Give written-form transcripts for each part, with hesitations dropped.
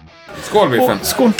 Skål, Biffen. Skål.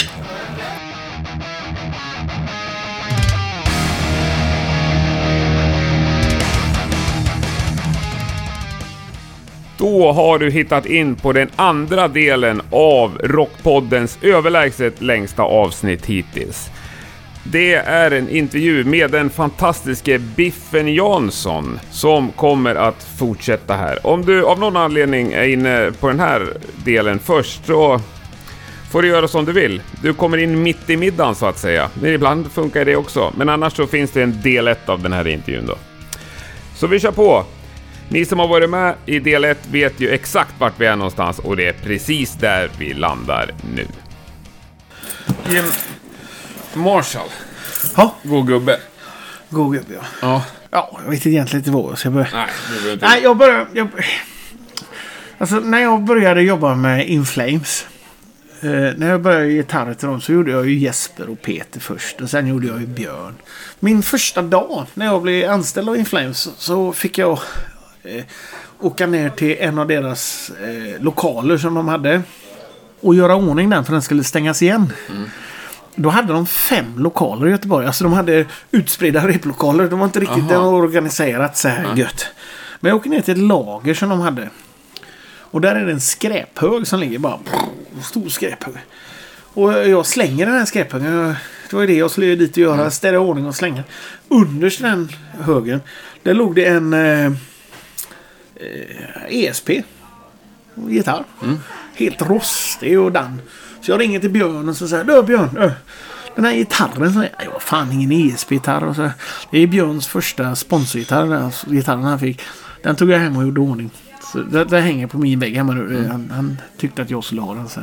Då har du hittat in på den andra delen av Rockpoddens överlägset längsta avsnitt hittills. Det är en intervju med den fantastiske Biffen Jansson som kommer att fortsätta här. Om du av någon anledning är inne på den här delen först så får du göra som du vill. Du kommer in mitt i middagen så att säga. Men ibland funkar det också. Men annars så finns det en del 1 av den här intervjun då. Så vi kör på. Ni som har varit med i del 1 vet ju exakt vart vi är någonstans och det är precis där vi landar nu. Jim Marshall. Ja. God gubbe. God gubbe, ja. Ja. Ja, jag vet egentligen inte vad. Så jag börjar... Nej, du behöver inte. Nej, jag började... Alltså, när jag började jobba med In Flames... när jag började gitarr till dem så gjorde jag ju Jesper och Peter först. Och sen gjorde jag ju Björn. Min första dag när jag blev anställd av In Flames så fick jag åka ner till en av deras lokaler som de hade. Och göra ordning den för den skulle stängas igen. Mm. Då hade de 5 lokaler i Göteborg. Alltså de hade utspridda replokaler. De var inte riktigt organiserat så här gött. Men jag åker ner till ett lager som de hade. Och där är det en skräphög som ligger bara. Stor skräphög. Och jag slänger den här skräphögen. Det var det jag skulle dit och göra. Ställa ordning och slänga. Underst den högen. Där låg det en ESP. Gitarr. Helt rostig och dan. Så jag ringer till Björn och så säger du Björn, den här gitarren så jag var fan ingen ESP-gitarr och så. Det är Björns första sponsorgitarr, gitarren han fick. Den tog jag hem och gjorde ordning. Så det hänger på min vägg hemma nu. Han tyckte att jag skulle ha den så.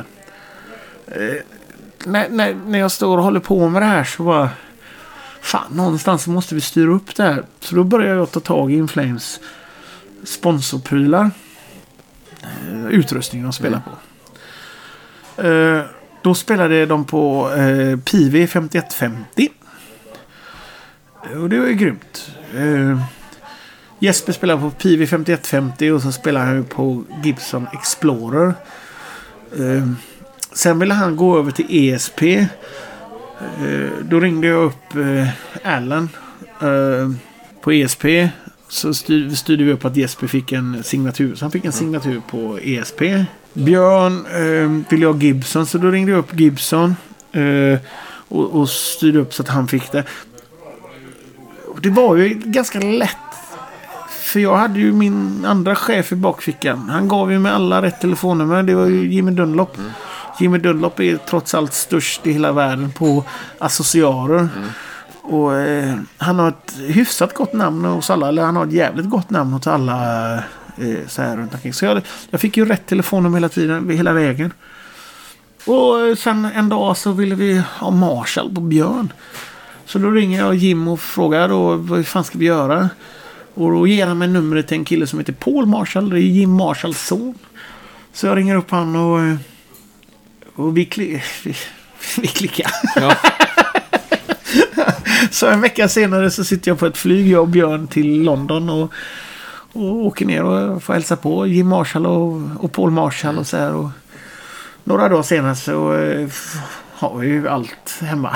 När jag står och håller på med det här så var fan, någonstans måste vi styra upp det här. Så då började jag ta tag i In Flames sponsorprylar. Utrustningen de spelar på. Då spelade de på PV 5150. Och det var ju grymt. Jesper spelade på PV 5150 och så spelade han på Gibson Explorer. Sen ville han gå över till ESP. Då ringde jag upp Allen på ESP. Så styrde vi upp att Jesper fick en signatur. Så han fick en signatur på ESP. Björn ville ha Gibson. Så då ringde jag upp Gibson. Och styrde upp så att han fick det. Och det var ju ganska lätt. För jag hade ju min andra chef i bakfickan. Han gav ju mig alla rätt telefonnummer. Det var ju Jimmy Dunlop. Jimmy Dunlop är trots allt störst i hela världen på associarer. Och han har ett hyfsat gott namn hos alla. Eller han har ett jävligt gott namn hos alla så här runt omkring. Så jag fick ju rätt telefonnummer hela tiden, hela vägen. Och sen en dag så ville vi ha Marshall på Björn. Så då ringer jag Jim och frågar då, vad fan ska vi göra? Och då ger han mig numret till en kille som heter Paul Marshall. Det är Jim Marshalls son. Så jag ringer upp han och vi klickar. Ja. Så en vecka senare så sitter jag på ett flyg, jag och Björn, till London och åker ner och får hälsa på Jim Marshall och Paul Marshall och så här. Och några dagar senare så har vi ju allt hemma.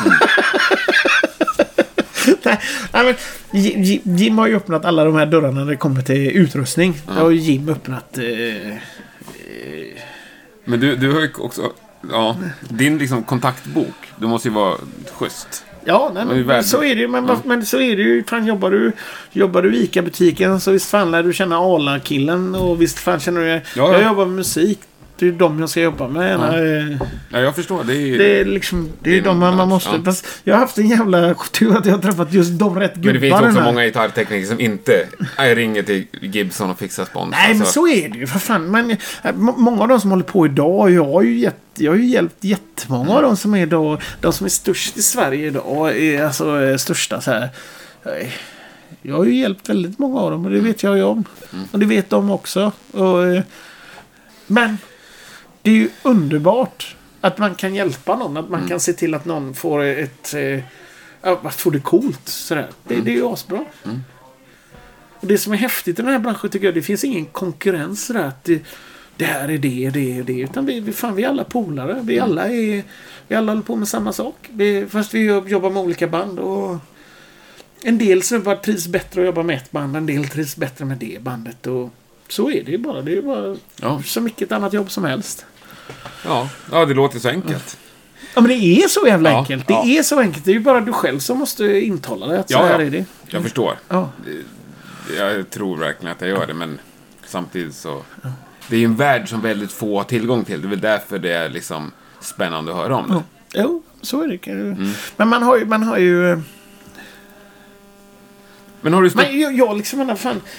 Nej, men Jim har ju öppnat alla de här dörrarna när det kommer till utrustning. Det har ju Jim öppnat. Men du har ju också din liksom kontaktbok. Du måste ju vara schysst. Ja, nej, men så är det ju. Men så är det ju. Fan, jobbar du i ICA-butiken så visst fan lär du känna Arla-killen. Och visst fan känner du... Jag jobbar med musik. Det är de jag ska jobba med. Ja, jag förstår. Det är de man måste... Ja. Fast jag har haft en jävla tur att jag har träffat just de rätt gubbar. Men det finns också många gitarrtekniker som inte ringer till Gibson och fixar spons. Nej, men så är det ju. För fan. Men, många av de som håller på idag, jag har ju hjälpt jättemånga av de som är idag. De som är störst i Sverige idag är alltså största så här. Jag har ju hjälpt väldigt många av dem och det vet jag ju om. Och det vet de också. Men det är ju underbart att man kan hjälpa någon. Att man kan se till att någon får att få det coolt. Sådär. Det är ju asbra. Och det som är häftigt i den här branschen tycker jag, det finns ingen konkurrens. Sådär, att det här är det. Utan vi är alla polare. Vi alla håller på med samma sak. Fast vi jobbar med olika band. Och en del snubbar trivs bättre att jobba med ett band. En del trivs bättre med det bandet. Och så är det ju bara. Det är bara så mycket annat jobb som helst. Ja, det låter så enkelt. Ja, men det är så jävla enkelt. Det är så enkelt. Det är ju bara du själv som måste intala dig att så här är det. Jag förstår. Ja. Jag tror verkligen att jag gör det, men samtidigt så... Det är ju en värld som väldigt få har tillgång till. Det är väl därför det är liksom spännande att höra om det. Ja. Jo, så är det. Men man har ju... Men har du... Jag liksom...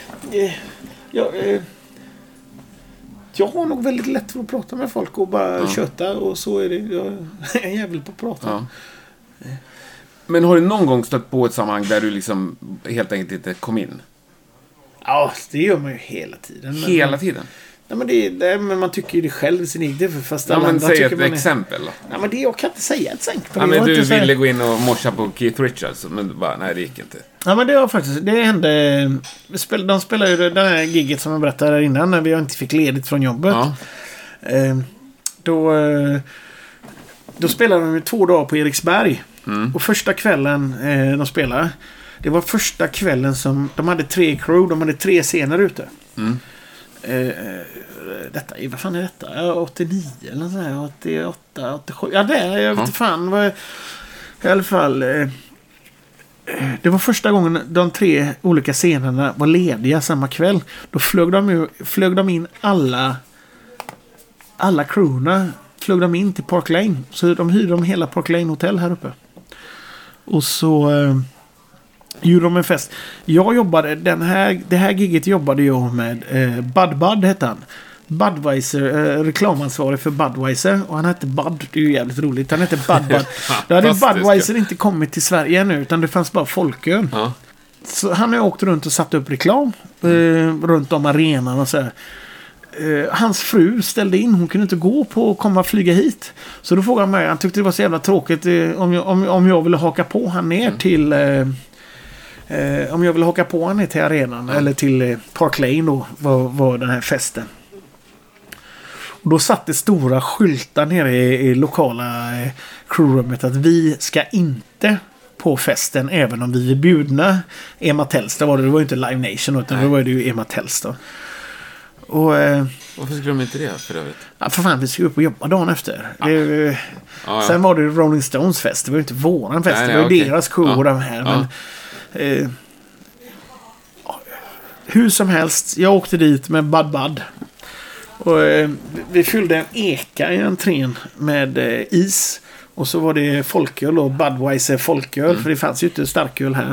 Jag har nog väldigt lätt för att prata med folk och bara köta, och så är det. Jag är en jävel på att prata. Ja. Men har du någon gång stött på ett sammanhang där du liksom helt enkelt inte kom in? Ja, det gör man ju hela tiden. Hela tiden? Ja, men man tycker ju det själv sin egen. Fast ja, men säg ett exempel då. Ja, men jag kan inte säga ett exempel. Ja, men du ville gå in och morsa på Keith Richards, men bara, nej, det gick inte. Ja, men det hände. De spelade ju den här gigget som jag berättade där innan, när vi inte fick ledigt från jobbet. Ja. Då spelade de 2 dagar på Eriksberg. Och första kvällen de spelade, det var första kvällen som de hade 3 crew, de hade 3 scener ute. Vad fan är detta? 89 eller så här, 88, 87. Ja, jag vet inte fan vad, i alla fall det var första gången de 3 olika scenerna var lediga samma kväll. Då flög de in alla crewna flög de in till Park Lane. Så de hyrde de hela Park Lane hotell här uppe. Och så gjorde de en fest. Jag jobbade, det här giget jobbade jag med Bud hette han. Budweiser, reklamansvarig för Budweiser. Och han hette Bud, det är ju jävligt roligt. Han hette Bud. Då hade Budweiser inte kommit till Sverige ännu, utan det fanns bara folköl. Ja. Så han har åkt runt och satt upp reklam runt om arenan och så här. Hans fru ställde in, hon kunde inte gå på att komma och flyga hit. Så då frågade han mig, han tyckte det var så jävla tråkigt om jag ville haka på han ner till om jag ville haka på han ner till arenan eller till Park Lane då, var den här festen. Och då satt det stora skyltar nere i lokala crewrummet att vi ska inte på festen även om vi är bjudna. Emma Telstar var det var ju inte Live Nation utan då var det ju Emma Telstar. Och, varför skulle de inte det för övrigt? Ja, för fan, vi skulle upp och jobba dagen efter. Sen var det Rolling Stones fest. Det var ju inte våran fest. Det var ju deras show och de här. Men, hur som helst, jag åkte dit med Bud. Och vi fyllde en eka i entrén med is. Och så var det folköl och Budweiser folköl. För det fanns ju inte starköl här.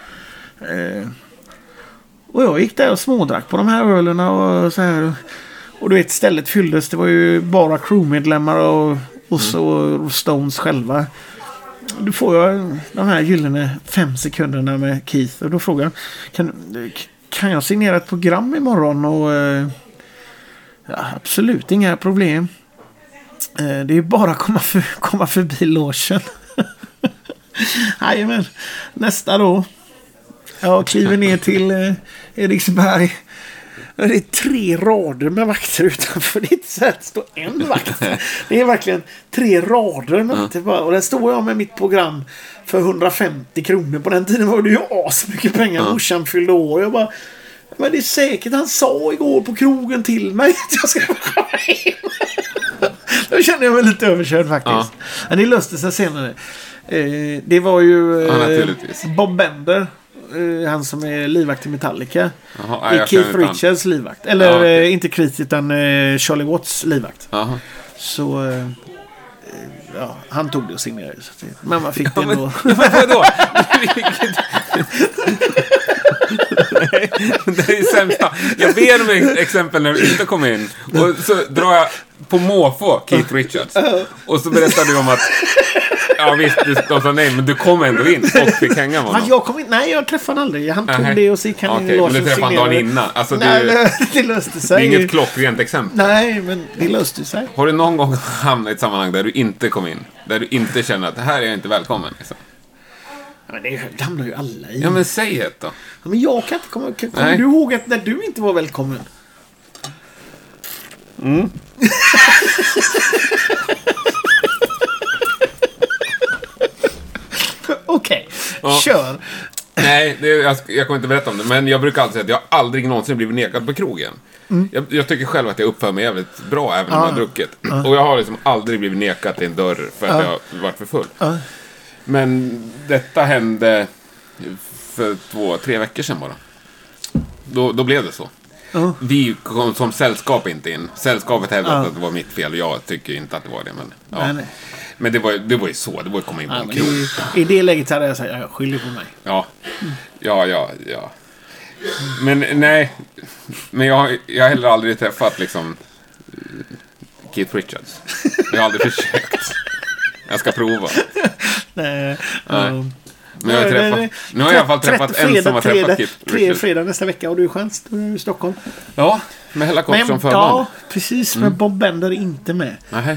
Och jag gick där och smådrack på de här ölerna och så här. Och du vet, stället fylldes. Det var ju bara crewmedlemmar och så Stones själva. Då får jag de här gyllene 5 sekunderna med Keith. Och då frågar jag, kan jag signera ett program imorgon? Och absolut, inga problem. Det är bara att komma förbi logen. Jajamän, nästa då. Jag kliver ner till Eriksberg. Det är 3 rader med vakter utanför. Det är inte så att det står en vakt. Det är verkligen 3 rader med vakter. Och där står jag med mitt program för 150 kronor. På den tiden var det ju asmycket pengar. Morsan fyllde år. Jag bara, men det är säkert han sa igår på krogen till mig att jag ska komma in. Då kände jag mig lite överkörd faktiskt. Men det löste sig senare. Det var ju Bob Bender. Han som är livvakt i Metallica. I Keith Richards livvakt. Eller inte Keith utan Charlie Watts livvakt. Så han tog det och signerade. Men man fick det ändå. Vadå? Det är ju sämsta. Jag ber om exempel när du inte kommer in. Och så drar jag på måfå Keith Richards. Och så berättar du om att ja visst, de sa nej, men du kom ändå in och fick hänga med honom. Nej, jag träffade han aldrig. Han tog det och så gick han in i men du träffade han dagen innan. Alltså, det löste sig. Det är inget klockrent exempel. Nej, men det löste sig. Har du någon gång hamnat i ett sammanhang där du inte kom in? Där du inte känner att här är jag inte välkommen? Liksom? Men det hamnar ju alla i. Ja, men säg ett då. Ja, men jag kan inte komma. Kommer du ihåg att när du inte var välkommen? Okej, kör. Nej, jag kommer inte berätta om det. Men jag brukar alltid säga att jag aldrig någonsin blivit nekad på krogen. Jag tycker själv att jag uppför mig jävligt bra även om jag har druckit. Och jag har liksom aldrig blivit nekad till en dörr för att jag har varit för full. Men detta hände för 2-3 veckor sedan bara. Då blev det så. Vi kom som sällskap inte in. Sällskapet hävdade att det var mitt fel. Jag tycker inte att det var det. Men, Nej. Men det var ju så. Det var ju komma in på en krog. I det läget hade jag sagt jag skyller på mig. Ja. Men nej. Men jag har heller aldrig träffat liksom Keith Richards. Jag har aldrig försökt. Jag ska prova. Nej. Men jag nu har jag i alla fall träffat en som har träffat Keith Richards. 3 fredag nästa vecka och du är chans. Du är i Stockholm. Ja, med hela kort som förband. Ja, precis. Men Bob Bender är inte med. Nej.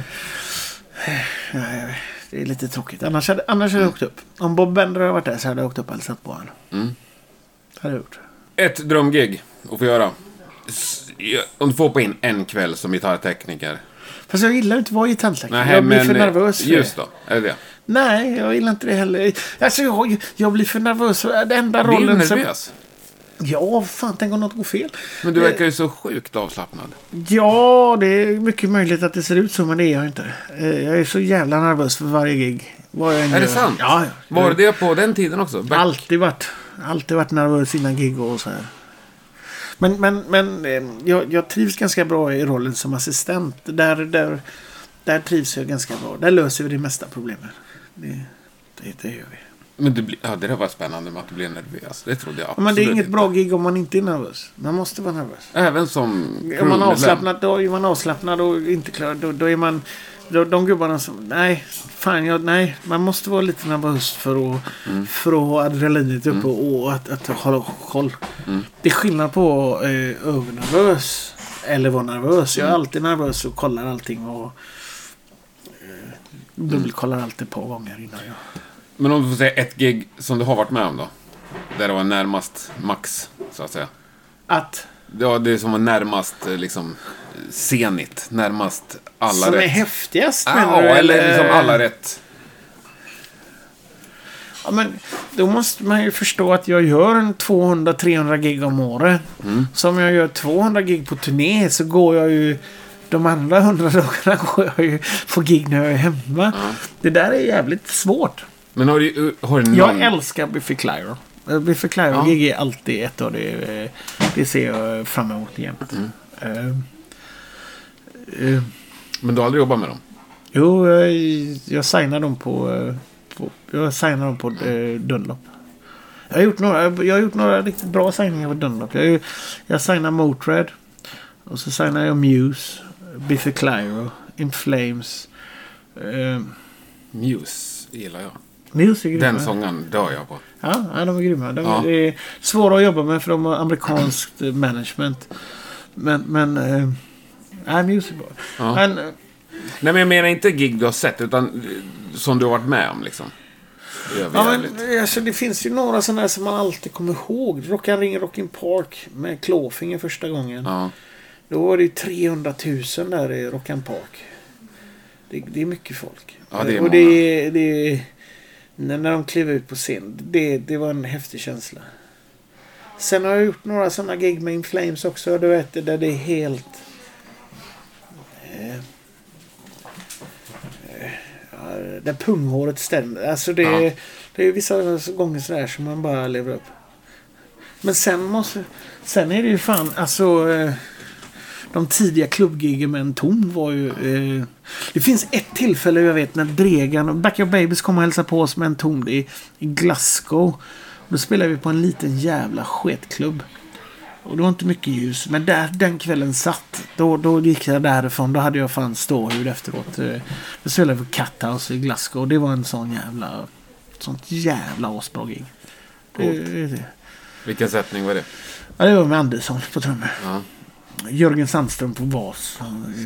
Det är lite tråkigt. Annars hade jag åkt upp. Om Bob Bender hade varit där så hade jag åkt upp och hälsat på honom. Det hade jag gjort. Ett drömgig att få göra. Om du får på in en kväll som gitarrtekniker. Fast jag gillar inte att vara gitarrtekniker. Jag blir för nervös för just då, är det det? Nej, jag gillar inte det heller. Alltså jag blir för nervös. Det enda rollen blir nervös? Ja, fan, tänk om något går fel. Men du verkar ju så sjukt avslappnad. Ja, det är mycket möjligt att det ser ut så, men det är jag inte. Jag är så jävla nervös för varje gig. Är det sant? Ja. Var det på den tiden också? Alltid varit nervös innan gig och så här. Men jag trivs ganska bra i rollen som assistent. Där trivs jag ganska bra. Där löser vi det mesta problemet. Det gör vi. Men det där var spännande med att du blev nervös. Det trodde jag absolut. Men det är inget bra gig om man inte är nervös. Man måste vara nervös. Även som om man är avslappnad och inte klar. Då är man... De gubbarna som... Nej, man måste vara lite nervös för att ha adrenalinet uppe och att hålla koll. Det är skillnad på övernervös eller vara nervös. Jag är alltid nervös och kollar allting och dubbelkollar allt ett par gånger innan jag... Men om du får säga ett gig som du har varit med om då? Där det var närmast max, så att säga. Att? Ja, det är som var närmast liksom senigt. Närmast alla som rätt. Som är häftigast? Ja, eller liksom alla rätt. Ja, men då måste man ju förstå att jag gör en 200-300 gig om året. Så om jag gör 200 gig på turné så går jag ju... De andra 100 dagarna går jag ju på gig när jag är hemma. Det där är jävligt svårt. Men har du någon... Jag älskar Biffy Clyro. Biffy Clyro gig är alltid ett av det ser jag fram emot jämt. Men du har aldrig jobbat med dem? Jo, jag signar dem på Dunlop. Jag har gjort några riktigt bra signingar på Dunlop. Jag signar Motörhead och så signar jag Muse, Biffy Clyro, In Flames. Muse gillar jag. Den sången dör jag på. Ja, de är grymma. De är svåra att jobba med för de har amerikanskt management. Men Muse är bra. Ja. Nej, men jag menar inte gig du har sett utan som du har varit med om liksom. Det finns ju några sådana här som man alltid kommer ihåg. Rockin' Ring, Rockin' Park med Clawfinger första gången. Ja. Då var det 300 000 där i Rockin' Park. Det är mycket folk. Ja, det är och det när de klev ut på scen. Det var en häftig känsla. Sen har jag gjort några sådana gig med In Flames också. Du vet, där det är helt... där punghåret stämmer. Alltså det är vissa gånger sådär som man bara lever upp. Men sen är det ju fan, alltså... de tidiga klubbgiggen med en tom var ju... det finns ett tillfälle jag vet när Dregan och Back Your Babies kom och hälsade på oss med en tom i Glasgow. Då spelade vi på en liten jävla sketklubb. Och det var inte mycket ljus. Men där den kvällen satt. Då gick jag därifrån. Då hade jag fan ståhud efteråt. Då spelade vi på Cathouse i Glasgow. Och det var en sånt jävla asbra gig. Vilken sättning var det? Ja, det var med Andersson på trummor. Ja. Jörgen Sandström på bas.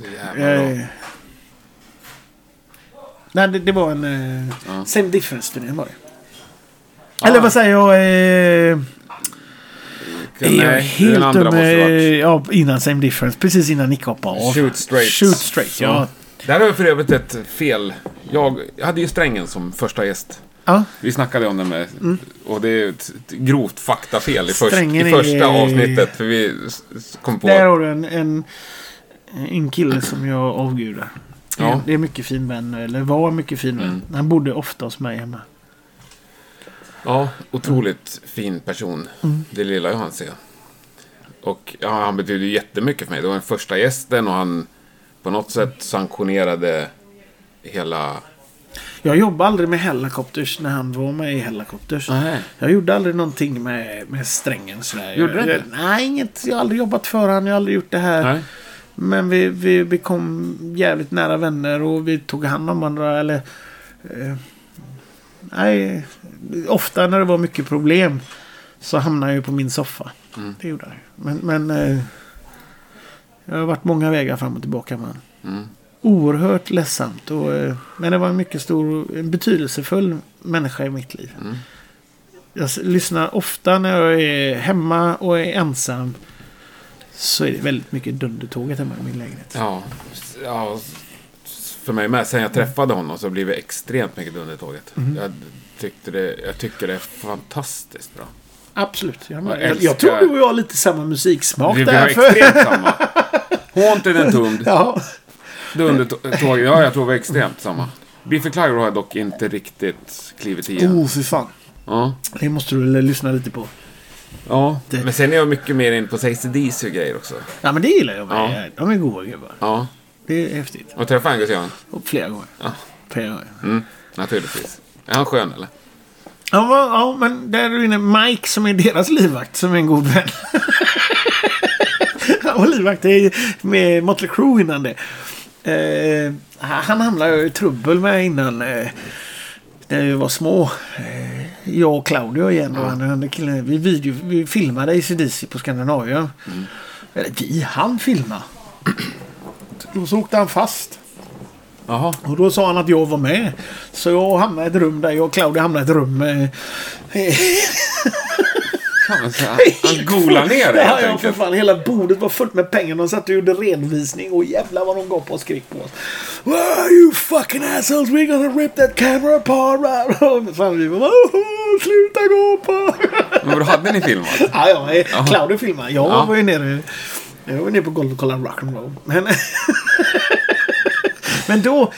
Nej, det var en Same Difference-turné var det. Eller vad säger jag? Jag är helt innan Same Difference. Precis innan Nick hoppade av. Shoot Straight, ja. Där har jag för övrigt ett fel. Jag hade ju Strängen som första gäst. Ja. Vi snackade om det med... Och det är ett grovt faktafel i första avsnittet. För vi kom på... Där har du en kille som jag avgudar. Ja. Det är mycket fin vän. Eller var mycket fin vän. Han bodde ofta hos mig hemma. Ja, otroligt fin person. Det lilla jag hann se. Och han betyder jättemycket för mig. Det var den första gästen och han på något sätt sanktionerade hela... Jag jobbade aldrig med Hellacopters när han var med i Hellacopters. Nej. Jag gjorde aldrig någonting med Strängen sådär. Gjorde du inte? Nej, inget. Jag har aldrig jobbat för han. Jag har aldrig gjort det här. Nej. Men vi kom jävligt nära vänner och vi tog hand om andra. Eller... nej, ofta när det var mycket problem så hamnade jag ju på min soffa. Det gjorde jag. Men jag har varit många vägar fram och tillbaka med honom. Oerhört ledsamt. Men det var en mycket en betydelsefull människa i mitt liv. Jag lyssnar ofta när jag är hemma och är ensam. Så är det väldigt mycket Dundertåget hemma i min lägenhet. Ja, för mig med. Sen jag träffade honom så blev det extremt mycket Dundertåget. Jag tycker det är fantastiskt bra. Absolut. Jag tror du och jag har lite samma musiksmak vi där. Vi har extremt samma. Haunted and Tombed. Ja. Dundertåget, ja, jag tror vi är extremt samma. Biffy Clyro har jag dock inte riktigt klivit igen. Fy fan. Ja. Det måste du lyssna lite på. Ja, men sen är jag mycket mer in på AC/DC och grejer också. Ja, men det gillar jag. Ja. De är goda gubbar. Ja. Det är häftigt. Och träffa Angus Young? Flera gånger. Ja. Flera gånger. Naturligtvis. Är han skön eller? Ja, men där är du inne Mike som är deras livvakt som är en god vän. Han var livvakt med Motley Crue innan det. Han hamnade jag i trubbel med innan när vi var små. Jag och Claudio igen och andra killen. Vi filmade AC/DC på Skandinavien. Eller han filmade. Då så åkte han fast. Jaha. Och då sa han att jag var med. Så jag hamnade i ett rum där jag och Claudia hamnade i ett rum med... Han golar ner det helt enkelt. För fan, hela bordet var fullt med pengar. De satt och gjorde redovisning. Och jävlar vad de gav på och skrik på oss. Wow, you fucking assholes, we're gonna rip that camera apart. Fan, vi var sluta gå på. Men vad hade ni filmat? Ja, Claudia filmade. Jag var ju nere på golvet och kollade rock'n'roll. Men då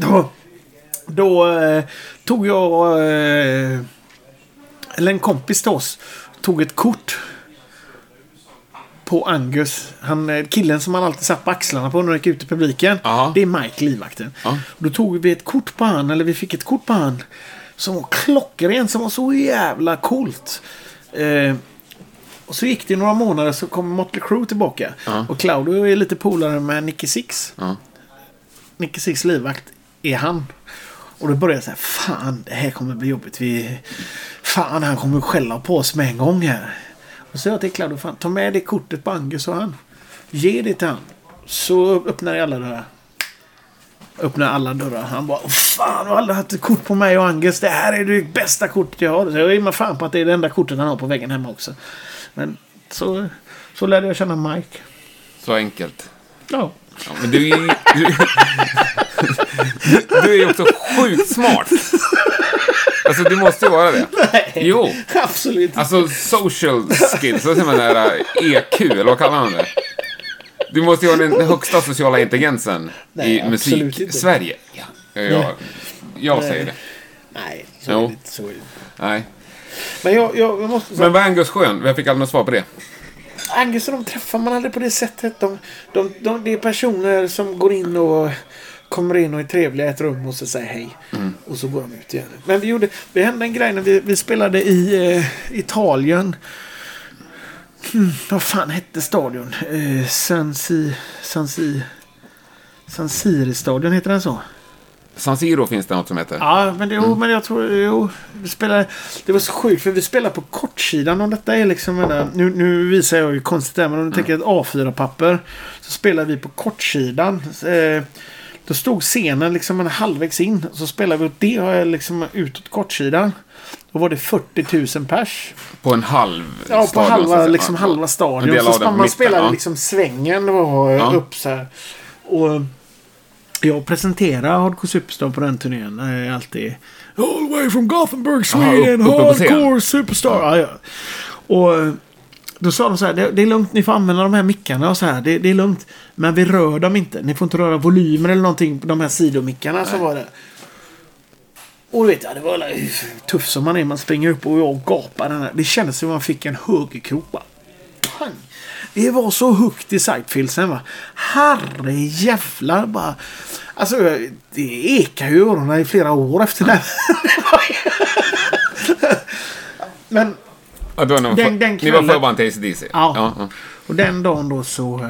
tog jag eller en kompis till oss tog ett kort på Angus. Killen som han alltid satt på axlarna på när han gick ut i publiken. Det är Mike, livvakten. Då tog vi ett kort på han, eller vi fick ett kort på han som var klockren, som var så jävla coolt. Och så gick det några månader så kom Motley Crue tillbaka. Och Claudio är lite polare med Nicky Six. Nicky Six livvakt är han. Och då började jag säga, fan, det här kommer bli jobbigt. Fan, han kommer skälla på oss med en gång här. Och så jag till Claudio, fan, ta med det kortet på Angus och han. Ge det till han. Så öppnar jag alla dörrar. Han bara, fan, jag har aldrig haft ett kort på mig och Angus. Det här är det bästa kortet jag har. Så jag är med fan på att det är det enda kortet han har på väggen hemma också. Men så lärde jag känna Mike. Så enkelt. Ja. Ja, men du är ju också sjukt smart. Alltså du måste ju vara det. Nej, jo, absolut. Alltså social skills, så säger man där EQ, eller vad kallar man det? Du måste ju ha den högsta sociala intelligensen i musik Sverige. Jag säger det. Nej, så är det. Nej. Men jag måste säga... Men var Angus skön? Jag fick aldrig något svar på det. Angus och de träffar man aldrig på det sättet. Det är personer som går in och kommer in och är trevliga i ett rum och så säger hej. Och så går de ut igen. Men det hände en grej när vi spelade i Italien. Vad fan hette stadion? San Siro-stadion heter den så? San Siro finns det något som heter. Ja, men jag tror vi spelade, det var så sjukt för vi spelar på kortsidan och detta är liksom nu visar jag ju konstigt där, men om du tänker ett A4-papper så spelar vi på kortsidan. Då stod scenen liksom halvvägs in och så spelade vi åt det liksom utåt kortsidan. Då var det 40 000 pers. På en halv Ja, på stadion, halva stadion. Så man spelade liksom svängen var upp så här. Och jag presenterade Hardcore Superstar på den turnén. Alltid all the way from Gothenburg, Sweden. Hardcore Superstar. Ja. Och då sa de så här, det är lugnt, ni får använda de här mickarna och så här. Det är lugnt. Men vi rör dem inte. Ni får inte röra volymer eller någonting på de här sidomickarna som var det. Och du vet, det var tufft som man är. Man springer upp och jag gapar den här. Det kändes som man fick en högerkrok. Pang! Det var så högt i sightfilsen, va. Herre jävlar, bara. Alltså, det ekar ju öronen i flera år efter det. Men ja, då den kvällen, ni var förband till ACDC. Ja. Och den dagen då så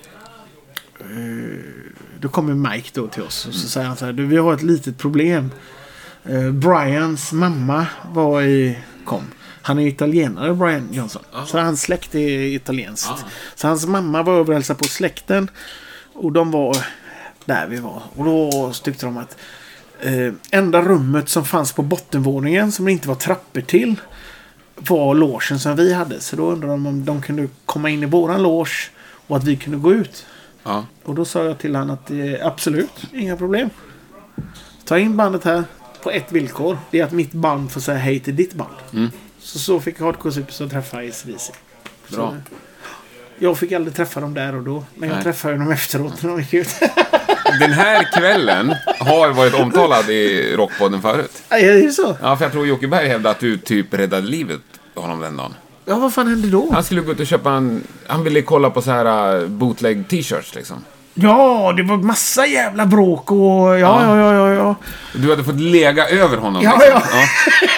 då kommer Mike då till oss och så säger han så här: du, vi har ett litet problem. Brians mamma kom. Han är italienare, Brian Johnson. Så hans släkt är italienskt. Så hans mamma var över och hälsade på släkten. Och de var där vi var. Och då tyckte de att enda rummet som fanns på bottenvåningen som det inte var trappor till var logen som vi hade. Så då undrade de om de kunde komma in i våran loge och att vi kunde gå ut. Ja. Och då sa jag till han att absolut, inga problem. Ta in bandet här på ett villkor. Det är att mitt band får säga hej till ditt band. Så fick Hardcore Superstar träffa ACDC. Bra. Jag fick aldrig träffa dem där och då. Men jag träffade dem efteråt när de gick ut. Den här kvällen har varit omtalad i Rockpodden förut. Ja, det är så. Ja, för jag tror Jocke Berg hävdade att du typ räddade livet på honom den dagen. Ja, vad fan hände då? Han skulle gå ut och köpa han ville kolla på så här bootleg t-shirts liksom. Ja, det var massa jävla bråk och ja. Du hade fått lägga över honom. Ja, liksom. ja.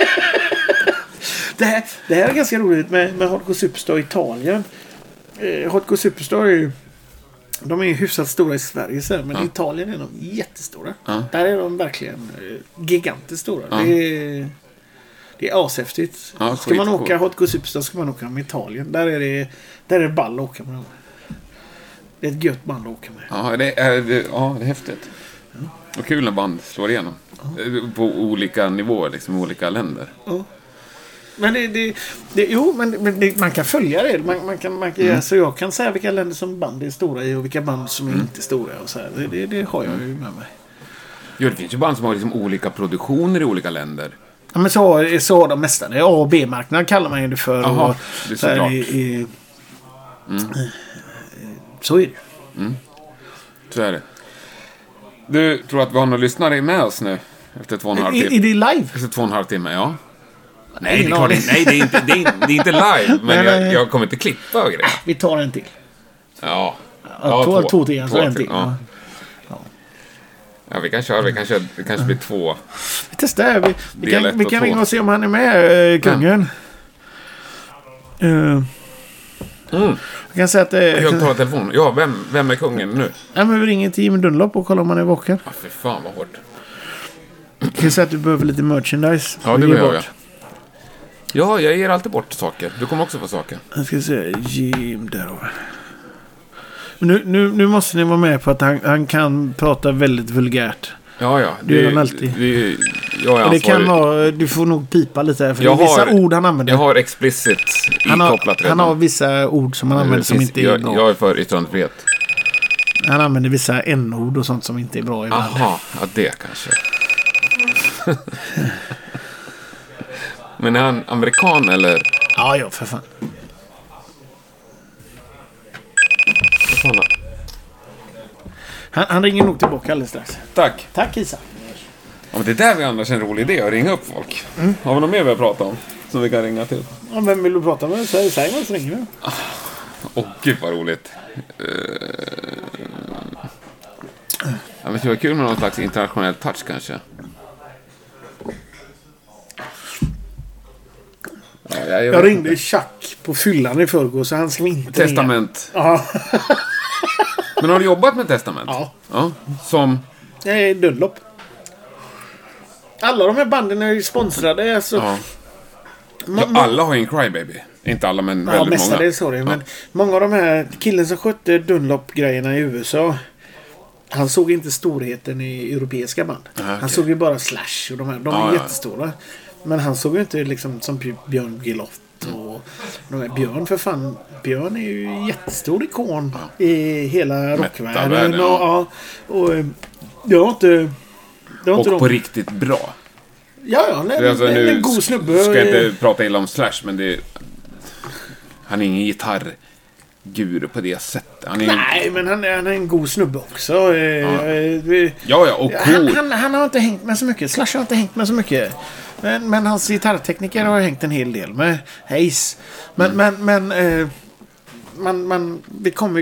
Det här är ganska roligt med Hardcore Superstar i Italien. Hardcore Superstar är ju, de är ju hyfsat stora i Sverige så här, men i Italien är de jättestora. Där är de verkligen gigantiskt stora. Det är ashäftigt. Ska man åka Hardcore Superstar ska man åka med Italien. Där är det ball att åka med. Det är ett gött band att åka med. Ja, det är häftigt. Och kul när band slår igenom. På olika nivåer, liksom i olika länder. Ja. Men man kan följa det. Man kan, så jag kan säga vilka länder som band är stora i och vilka band som är inte stora. Och så här. Det har jag ju med mig. Jo, det finns ju band som har liksom olika produktioner i olika länder. Ja, men så har de mesta. Det är A- och B-marknad kallar man ju det för. Aha, det är så här, så är det. Så är det. Du tror att vi har några lyssnare med oss nu? Efter 2,5 timme. Är det live? Efter 2,5 timme, ja. Nej, det är inte live. Men jag kommer inte klippa och grejer. Vi tar en till. Ja. Två till. Så en till. Ja, vi kan köra. Det kanske blir 2. Vi testar. Vi kan ringa och se om han är med, kungen. Jag kan säga att jag tar telefonen. Ja, vem är kungen nu? Ja, men vi ringer till Jimmy Dunlop och kollar om han är vaken. Ja, för fan vad hårt. Jag kan säga att du behöver lite merchandise. Ja, det behöver jag. Ja, jag ger alltid bort saker. Du kommer också få saker. Jag ska se, Jim där. Nu måste ni vara med på att han kan prata väldigt vulgärt. Ja. Det gör han alltid. Det kan vara, du får nog pipa lite här. För det är vissa ord han använder. Jag har explicit inkopplat redan. Han har vissa ord som han använder som inte är bra. Jag är för yttrandefrihet. Han använder vissa n-ord och sånt som inte är bra ibland. Jaha, ja det kanske. Men är han amerikan eller? Ja, för fan. Han ringer nog tillbaka alldeles strax. Tack Isa. Ja, men det där är annars en rolig idé att ringa upp folk. Har vi något mer vi har pratat om som vi kan ringa till? Ja, vem vill du prata med? Säg vad så ringer vi. Gud vad roligt. Ja, men det var kul med någon slags internationell touch kanske. Ja, jag ringde Chuck på fyllan i förrgår så han ska inte Testament. Ja. Men har du jobbat med Testament? Ja. Som? Dunlop. Alla de här banden är ju sponsrade. Alltså. Alla har ju en Crybaby. Inte alla, men väldigt mesta många. Det är sorry. Men många av de här killen som skötte Dunlop-grejerna i USA, han såg inte storheten i europeiska band. Han såg ju bara Slash och de är jättestora. Men han såg ju inte liksom som Björn Gilott och Björn för fan. Björn är ju jättestor ikon i hela rockvärlden. Och det har inte på riktigt bra. Ja, en god snubbe. Ska inte prata illa om Slash, men han är ingen gitarrguru på det sättet. Nej, men han är en god snubbe också. Och cool. Han har inte hängt med så mycket. Slash har inte hängt med så mycket. Men hans gitarrtekniker har hängt en hel del med Hayes. Vi kommer ju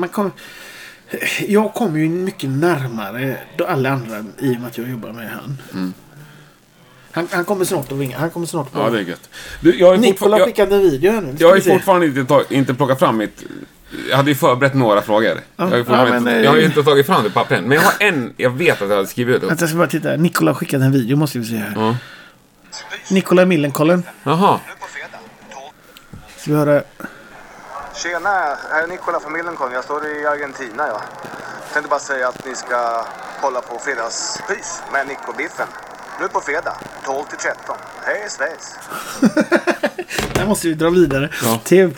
jag kommer ju mycket närmare då alla andra i och med att jag jobbar med han. Han kommer snart att ringa. Han kommer snart att... Ja, det är gött. Nikola har skickat en video här nu. Jag har ju fortfarande inte plockat fram mitt... Jag hade ju förberett några frågor. Jag har ju inte tagit fram det på pappren. Men jag har jag vet att jag hade skrivit ut. Jag ska bara titta. Nikola har skickat en video, måste vi se här. Nikola Millencolin. Jaha. Ska vi höra... Tjena, här är Nikola från Millencolin. Jag står i Argentina, Jag tänkte bara säga att ni ska kolla på fredagspys med Nick och Biffen. Nu på fredag, 12-13. Hej Schweiz. Där måste vi dra vidare. Ja.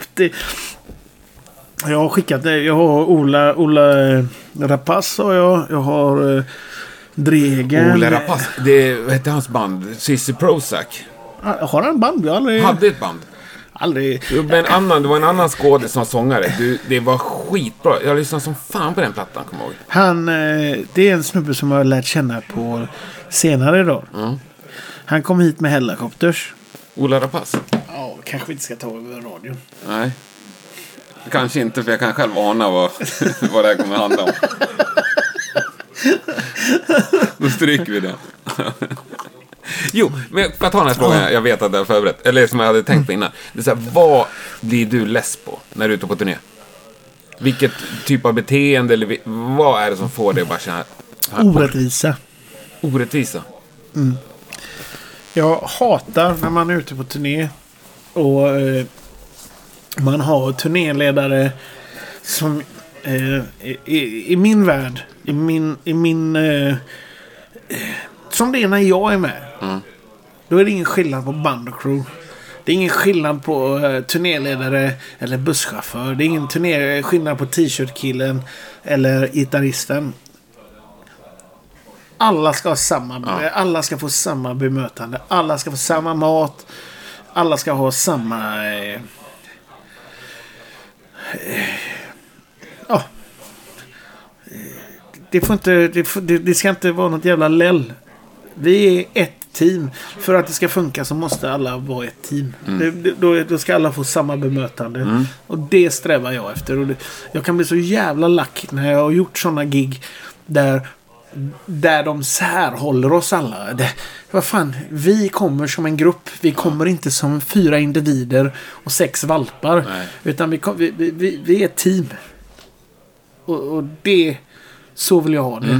Jag har skickat det. Jag har Ola Rapace och jag har Dregen. Ola Rapace, det hette hans band Cissi Prozac. Har han band? Hade ett band. Aldrig. Det var en annan skådespelare som sångare. Det var skitbra. Jag lyssnade som fan på den plattan, kommer jag ihåg. Det är en snubbe som jag har lärt känna på senare idag. Han kom hit med Hellacopters. Ola Rapace? Ja, kanske vi inte ska ta över radio. Nej. Kanske inte, för jag kan själv ana vad det här kommer handla om. Då stryker vi det. Jo, men för att ta den här frågan jag vet att jag har förberett. Eller som jag hade tänkt på innan. Det är så här, vad blir du less på när du är ute på turné? Vilket typ av beteende eller vad är det som får dig att bara känna... Orättvisa? Jag hatar när man är ute på turné och man har turnéledare som i min värld, som det är när jag är med. Då är det ingen skillnad på band och crew. Det är ingen skillnad på turnéledare eller busschaufför. Det är ingen skillnad på t-shirt-killen eller gitarristen. Alla ska ha alla ska få samma bemötande. Alla ska få samma mat. Alla ska ha samma det ska inte vara något jävla läll. Vi är ett team. För att det ska funka så måste alla vara ett team. Då ska alla få samma bemötande. Och det strävar jag efter. Och jag kan bli så jävla lack när jag har gjort såna gig där de särhåller oss alla. Vad fan, vi kommer som en grupp. Vi kommer inte som 4 individer och 6 valpar. Nej. Utan vi är ett team. Och det, så vill jag ha det.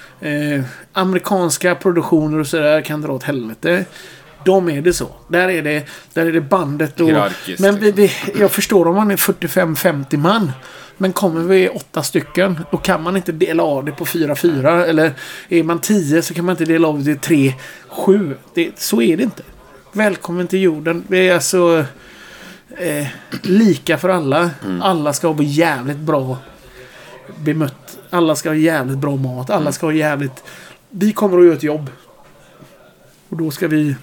Amerikanska produktioner och sådär kan dra åt helvete. De är det så. Där är det bandet. Men jag förstår om man är 45-50 man. Men kommer vi 8 stycken, då kan man inte dela av det på 4-4. Eller är man 10 så kan man inte dela av det till 3-7. Så är det inte. Välkommen till jorden. Det är alltså lika för alla. Alla ska vara jävligt bra bemött. Alla ska ha jävligt bra mat. Alla ska ha jävligt... Vi kommer att göra ett jobb. Och då ska vi...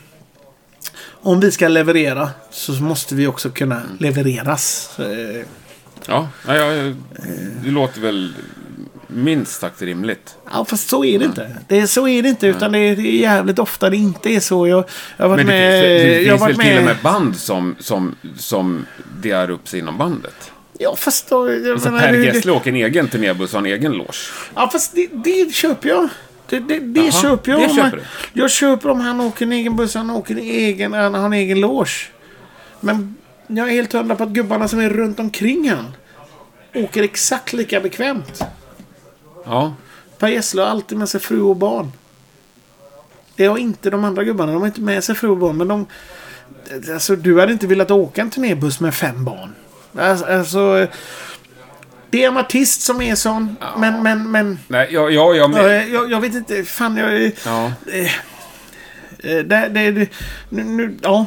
Om vi ska leverera så måste vi också kunna levereras. Ja, det låter väl minst sagt rimligt. Ja, fast så är det inte. Så är det inte, utan det är jävligt ofta det inte är så. Jag har varit med... Det finns väl till och med band som delar upp sig inom bandet. Ja, fast då... Per Gessle åker en egen turnébuss och en egen loge. Ja, fast det köper jag. Det köper jag. Det köper du. Jag köper om han åker en egen buss, han har en egen loge. Men jag är helt hundra på att gubbarna som är runt omkring han åker exakt lika bekvämt. Ja. Per Gessle har alltid med sig fru och barn. Det har inte de andra gubbarna. De har inte med sig fru och barn. Men alltså, du hade inte velat åka en turnébuss med 5 barn. Alltså... Det är en artist som är sån. Ja. Men... Nej, jag vet inte. Fan, Ja.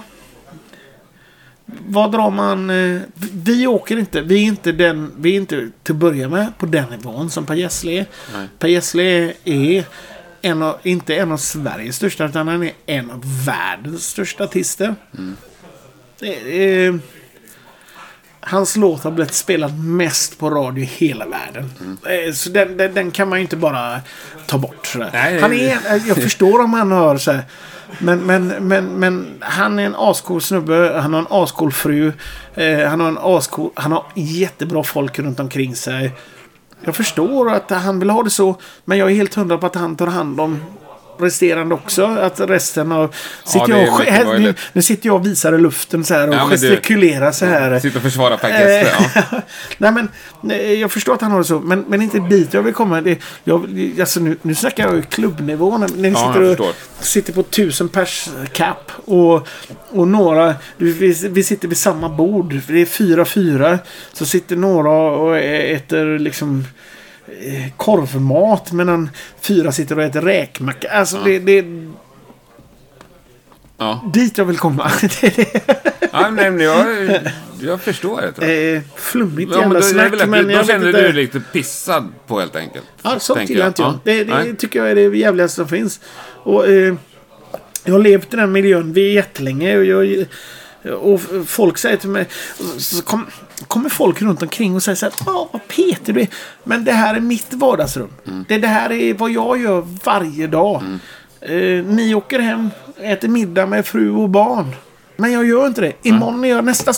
Vad drar man... Vi åker inte. Vi är inte till att börja med på den nivån som Per Gessle är. Per Gessle är inte en av Sveriges största, utan han är en av världens största artister. Hans låt har blivit spelad mest på radio i hela världen. Så den kan man ju inte bara ta bort. Nej, jag förstår om han hör så här. Men han är en ascool snubbe. Han har en ascool fru. Han har jättebra folk runt omkring sig. Jag förstår att han vill ha det så. Men jag är helt hundra på att han tar hand om resterande också. Att resten av... Nu sitter jag och visar i luften så här och gestikulerar så här. Sitter och försvarar Per Gessle, ja. Nej, men jag förstår att han har det så. Men inte dit jag vill komma. Nu snackar jag ju klubbnivå. När vi sitter på 1000 pers cap. Och några... Vi sitter vid samma bord. Det är 4-4. Så sitter några och äter liksom... korvmat, medan 4 sitter och äter räkmacka. Alltså det dit jag vill komma. Jag förstår det. Flummigt jävla snack, men då känner du dig lite pissad på helt enkelt. Ja, så gillar inte jag. Det tycker jag är det jävligaste som finns. Och jag har levt i den miljön jättelänge och folk säger till mig, så kommer folk runt omkring och säger så här: vad Peter du är. Men det här är mitt vardagsrum. Det här är vad jag gör varje dag. Ni åker hem, äter middag med fru och barn. Men jag gör inte det. Imorgon är jag nästa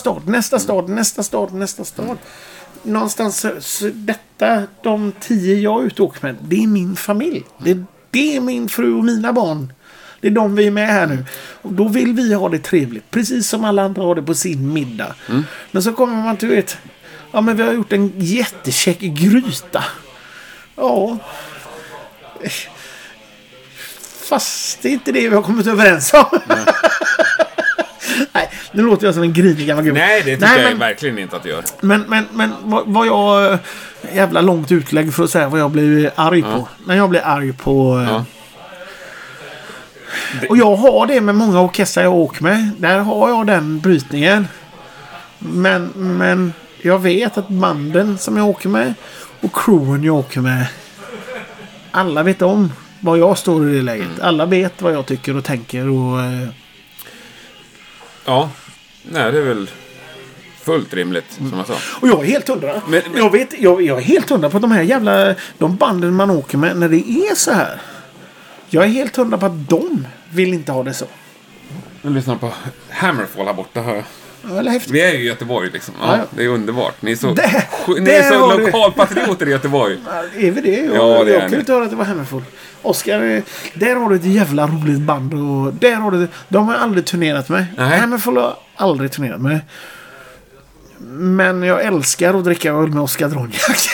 stad. Någonstans så detta, de 10 jag är ute och åker med, det är min familj. Det är min fru och mina barn. Det är de vi är med här nu. Och då vill vi ha det trevligt. Precis som alla andra har det på sin middag. Men så kommer man till men vi har gjort en jättekäck gryta. Ja. Fast det är inte det vi har kommit överens om. Nej, nu låter jag som en grinig gammal gubbe. Nej, det tycker jag verkligen inte att det gör. Men vad jag... Jävla långt utlägg för att säga vad jag blir arg på. När jag blir arg på... Och jag har det med många orkestrar jag åker med. Där har jag den brytningen. Men jag vet att banden som jag åker med och crewen jag åker med, alla vet om var jag står i det läget. Alla vet vad jag tycker och tänker och... Ja, nej, det är väl fullt rimligt som jag sa. Och jag är helt hundra. Jag är helt hundra på att de banden man åker med när det är så här. Jag är helt hundra på att de vill inte ha det så. Jag lyssnar på Hammerfall här borta, hör jag. Ja, vi är ju i Göteborg liksom. Ja. Det är underbart. Ni är så lokalpatrioter i Göteborg. Är vi det? Jag kan inte höra att det var Hammerfall. Oskar, där har du ett jävla roligt band. Och där har du, de har aldrig turnerat med. Hammerfall har aldrig turnerat med. Men jag älskar att dricka öl med Oskar Dronjak.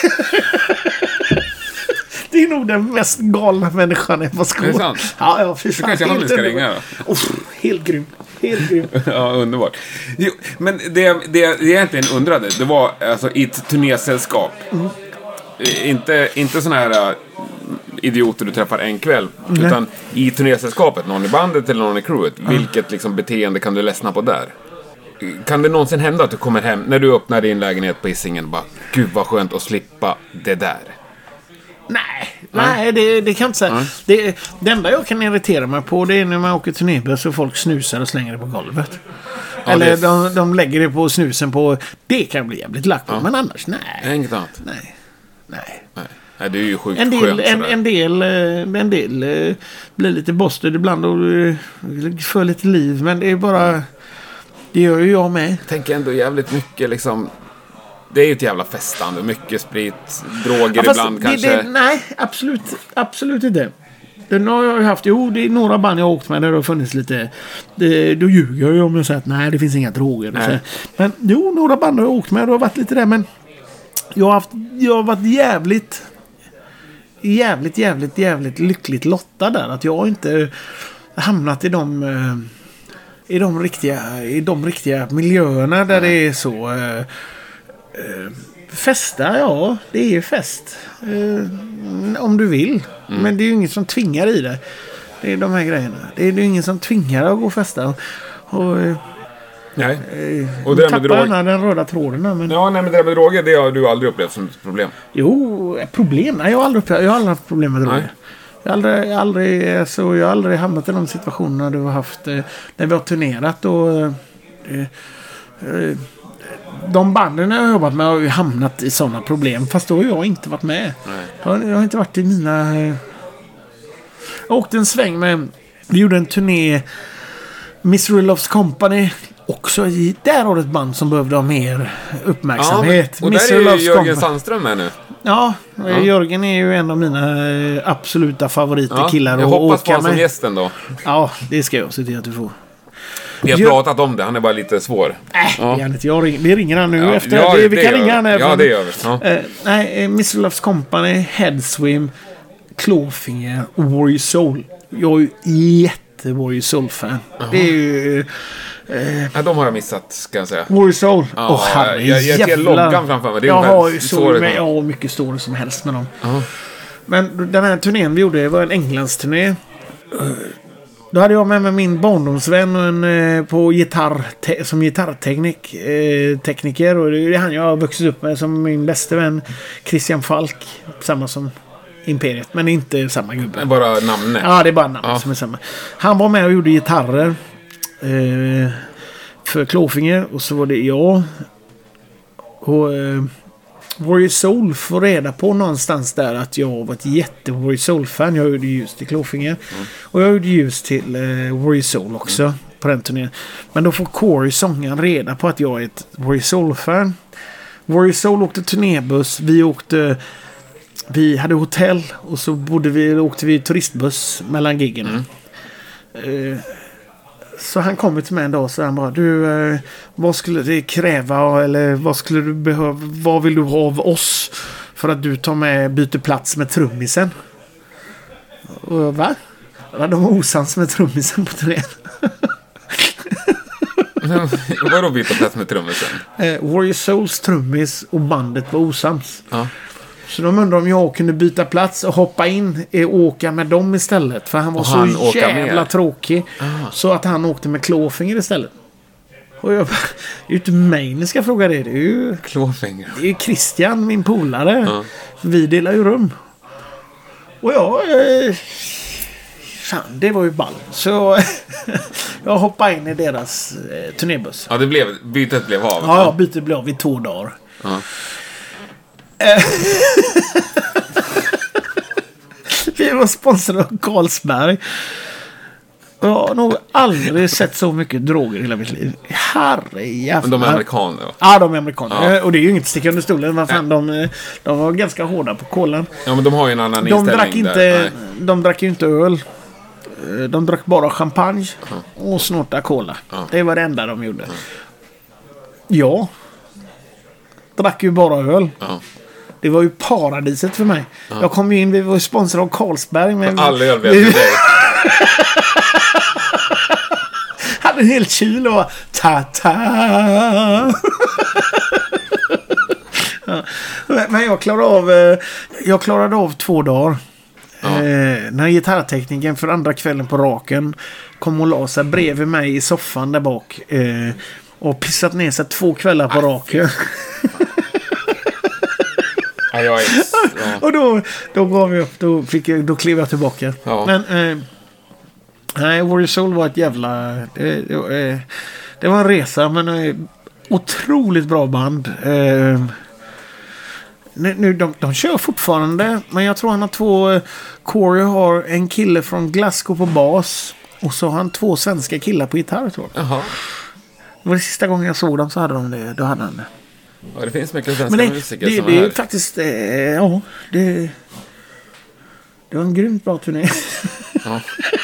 Det är nog den mest galna människan jag på skål. Är det sant? Ja, fy fan. Kanske han ska ringa. Helt grym. Ja, underbart. Jo, men det jag egentligen undrade, det var alltså i ett turnésällskap. Inte såna här idioter du träffar en kväll. Nej. Utan i turnésällskapet, någon i bandet eller någon i crewet. Vilket liksom beteende kan du ledsna på där? Kan det någonsin hända att du kommer hem när du öppnar din lägenhet på Hisingen och bara, gud vad skönt att slippa det där? Nej, det kan jag inte säga. Det enda jag kan irritera mig på, det är när man åker turnébuss och folk snusar och slänger det på golvet. Ja, eller de lägger det på snusen på... Det kan bli jävligt lack på, men annars, nej. Inget annat? Nej, det är ju sjukt en del, skönt. En del blir lite bostad ibland och för lite liv, men det är bara... Det gör ju jag med. Jag tänker ändå jävligt mycket liksom... Det är ju ett jävla festande. Mycket sprit, droger ibland kanske. Nej, absolut inte. Den har jag haft. Jo, det är några band jag har åkt med där det har funnits lite... Då ljuger jag ju om jag säger att nej, det finns inga droger. Men jo, några band har jag åkt med. Det har varit lite där, men... Jag har varit jävligt lyckligt lottad där. Att jag inte hamnat i de riktiga miljöerna där det är så... Festa, ja, det är fest. Om du vill. Men det är ju inget som tvingar i det. Det är de här grejerna. Det är ju ingen som tvingar att gå och festa. Nej. Och det tappar den röda tråden. Men... Ja, nej, men det där med droger, det har du aldrig upplevt som ett problem? Jo, problem? Nej, jag har aldrig haft problem med droger. Jag har aldrig hamnat i de situationerna du har haft när vi har turnerat och de banden jag har jobbat med har ju hamnat i sådana problem, fast då har jag inte varit med. Jag har inte varit i mina... Jag åkte en sväng med... Vi gjorde en turné, Misery Loves Company, också där har ett band som behövde ha mer uppmärksamhet. Ja, och där är ju Jörgen Sandström med nu. Ja, Jörgen är ju en av mina absoluta favoritkillar. Jag hoppas på honom som gästen då. Ja, det ska jag se till att du får. Vi har pratat om det, han är bara lite svår. Vi ringer han nu efter. Vi kan ringa han här. Ja, det gör vi. Nej, Mr. Loves Company, Headswim, Clawfinger och Warrior Soul. Jag är ju jätte-Warrior Soul-fan. Det är ju... de har jag missat, ska jag säga. Warrior Soul. Jag ser loggan framför mig. Jag har ju så mycket story som helst med dem. Men den här turnén vi gjorde var en Englandsturné. Då hade jag med mig min barndomsvän på som gitarrtekniker. Och det är han jag har vuxit upp med som min bästa vän, Christian Falk. Samma som Imperiet, men inte samma gubbe. Det är bara namnet. Ja, det är bara namnet som är samma. Han var med och gjorde gitarrer för Clawfinger, och så var det jag. Och Warrior Soul får reda på någonstans där att jag var ett Warrior Soul-fan. Jag gjorde ljus till Clawfinger. Och jag gjorde ljus till Warrior Soul också på den turnén. Men då får Corey, sångaren, reda på att jag är ett Warrior Soul-fan. Warrior Soul åkte turnébuss. Vi hade hotell och så åkte vi turistbuss mellan giggen. Så han kommer till mig en dag och så han bara, du, vad skulle det kräva eller vad skulle du behöva, vad vill du ha av oss för att du byter plats med trummisen? Och va? Ja, de var osams med trummisen på turnén. Vadå byta plats med trummisen? Warrior Souls trummis och bandet var osams. Ja. Så de undrade om jag kunde byta plats och hoppa in och åka med dem istället. För han var så jävla tråkig. Så att han åkte med Clawfinger istället. Och jag bara, det är ju inte mig ni ska fråga det. Det är ju Clawfinger. Det är ju Christian, min polare. Vi delar ju rum. Och fan, det var ju ball. Så jag hoppade in i deras turnébuss. Ja, bytet blev av. Ja, bytet blev av i 2 dagar. Vi var sponsrade av Carlsberg. Jag har nog aldrig sett så mycket droger i hela mitt liv. Herrejävlar. Men de är amerikaner då? Ja, de är amerikaner. Och det är ju inget stick under stolen. Vad fan, de var ganska hårda på kolan. Ja, men de har ju en annan inställning. De drack ju inte öl. De drack bara champagne och snorta cola. Det var det enda de gjorde. Ja. Drack ju bara öl. Det var ju paradiset för mig. Jag kom ju in, vi var ju sponsrade av Carlsberg. Men alla öl vet dig. Hade en hel kyl och ta-ta. Men jag klarade av 2 dagar. När gitarrtekniken för andra kvällen på raken kom och la sig bredvid mig i soffan där bak. Och pissat ner sig 2 kvällar på raken. Och då gav vi upp. Då klev jag tillbaka. Men nej, Warrior Soul var ett jävla... Det var en resa, men otroligt bra band. Nu, de kör fortfarande, men jag tror han har 2... Corey har en kille från Glasgow på bas. Och så har han 2 svenska killar på gitarr, tror jag. Jaha. Det var det sista gången jag såg dem så hade de det. Då hade han det. Ja, det finns mycket svenska musiker som det är faktiskt... ja, det var en grymt bra turné. Ja.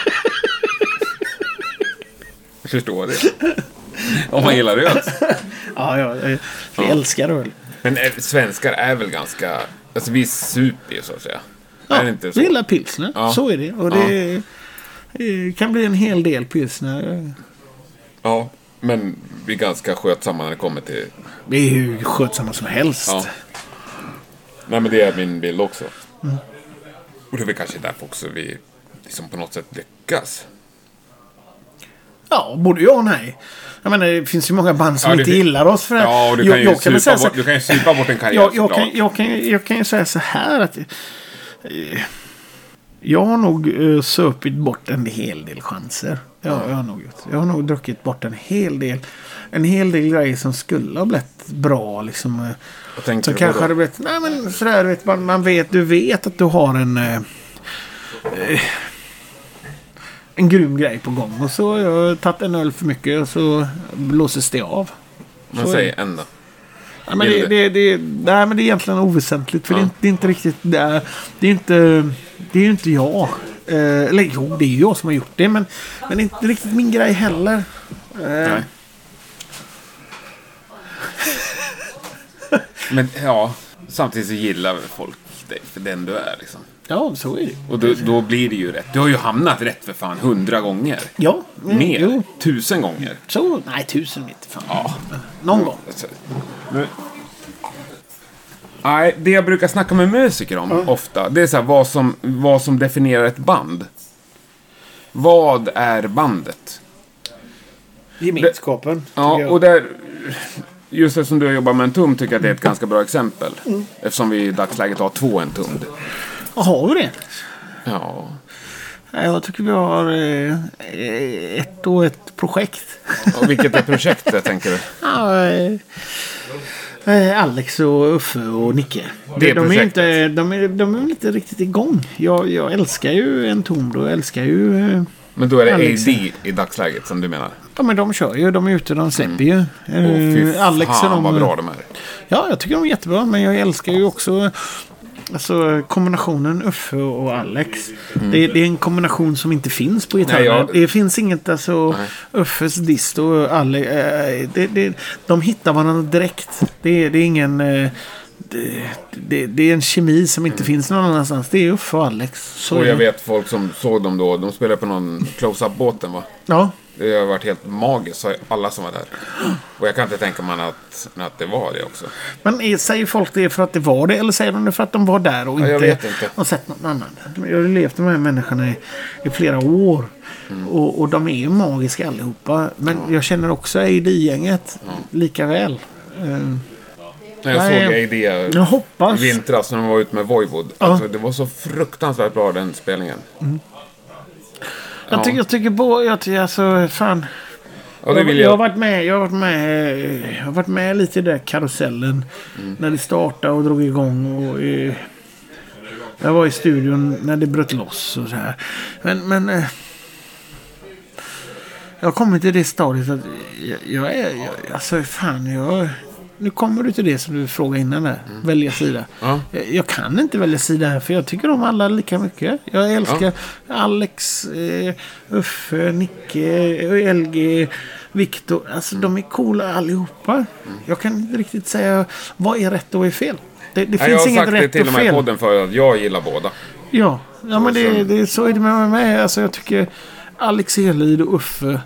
Jag förstår det. Om man gillar öl. Ja, jag älskar öl. Men svenskar är väl ganska... Alltså vi super ju, så att säga. Ja, är det inte så? Vi gillar pilsner. Ja. Så är det. Och det kan bli en hel del pilsner. Ja, men vi är ganska skötsamma när det kommer till... Det är ju skötsamma som helst. Ja. Nej, men det är min bild också. Och det är väl kanske därför också vi liksom på något sätt lyckas? Ja, både ja och nej. Jag menar, det finns ju många band som inte gillar oss för det. Ja, och du kan ju supa bort en karriär. Jag kan ju säga så här att jag har nog supit bort en hel del chanser. Jag har nog druckit bort en hel del grejer som skulle ha blivit bra liksom. Som kanske hade blivit, nej men sådär, vet du vet att du har en grym grej på gång och så har jag tagit en öl för mycket och så blåses det av. Man säger ändå. Ja, men det är egentligen oväsentligt för det är inte riktigt det är ju inte jag. Eller jo, det är ju jag som har gjort det men det är inte riktigt min grej heller. Nej. Men ja, samtidigt så gillar folk dig för den du är liksom. Ja, så är det. Och då blir det ju rätt. Du har ju hamnat rätt för fan 100 gånger. Ja. Mer. Jo. 1000 gånger. Så, nej 1000 inte fan. Ja. Någon gång. Nej, det jag brukar snacka med musiker om ofta, det är så här, vad som definierar ett band. Vad är bandet? Gemenskapen. Ja, och där, just eftersom du har jobbat med en tum tycker jag att det är ett ganska bra exempel. Eftersom vi i dagsläget har 2 en tum. Har vi det? Ja. Jag tycker vi har ett projekt. Och vilket är projektet, tänker du? Alex och Uffe och Nicke. Det de är inte riktigt igång. Jag älskar ju en tom då. Jag älskar ju... Men då är det Alex. AD i dagsläget som du menar? Ja, men de kör ju. De är ute, de släpper ju. Fy Alex fan och de, vad bra de är. Ja, jag tycker de är jättebra. Men jag älskar ju också... Alltså kombinationen Uffe och Alex. Det är en kombination som inte finns på gitarren. Det finns inget, alltså Uffes dist och Alex. De hittar varandra direkt. Det är ingen... Det är en kemi som inte finns någon annanstans. Det är Uffe och Alex. Så och jag vet folk som såg dem då. De spelade på någon close-up-båten, va? Ja. Det har varit helt magiskt, alla som var där. Och jag kan inte tänka mig att det var det också. Men säger folk det för att det var det? Eller säger de det för att de var där och jag vet inte. Har sett något annat? Jag har levt med de här människorna i flera år. Och de är ju magiska allihopa. Men jag känner också AD-gänget lika väl. När jag såg AD i vintras när de var ute med Voivod. Alltså, det var så fruktansvärt bra den spelningen. Jag tycker alltså fan. Ja, jag har varit med lite i den där karusellen när det startade och drog igång och jag var i studion när det bröt loss och så här. Men jag har kommit till det stadiet att nu kommer du till det som du frågade innan där. Välja sida. Jag kan inte välja sida här för jag tycker om alla lika mycket. Jag älskar Alex, Uffe, Nicke, LG, Viktor. Alltså de är coola allihopa. Jag kan inte riktigt säga vad är rätt och vad är fel. Det finns inget rätt och fel. Jag har sagt det till och med i podden för att jag gillar båda. Ja men det så är det med mig. Alltså jag tycker Alex Elid och Uffe...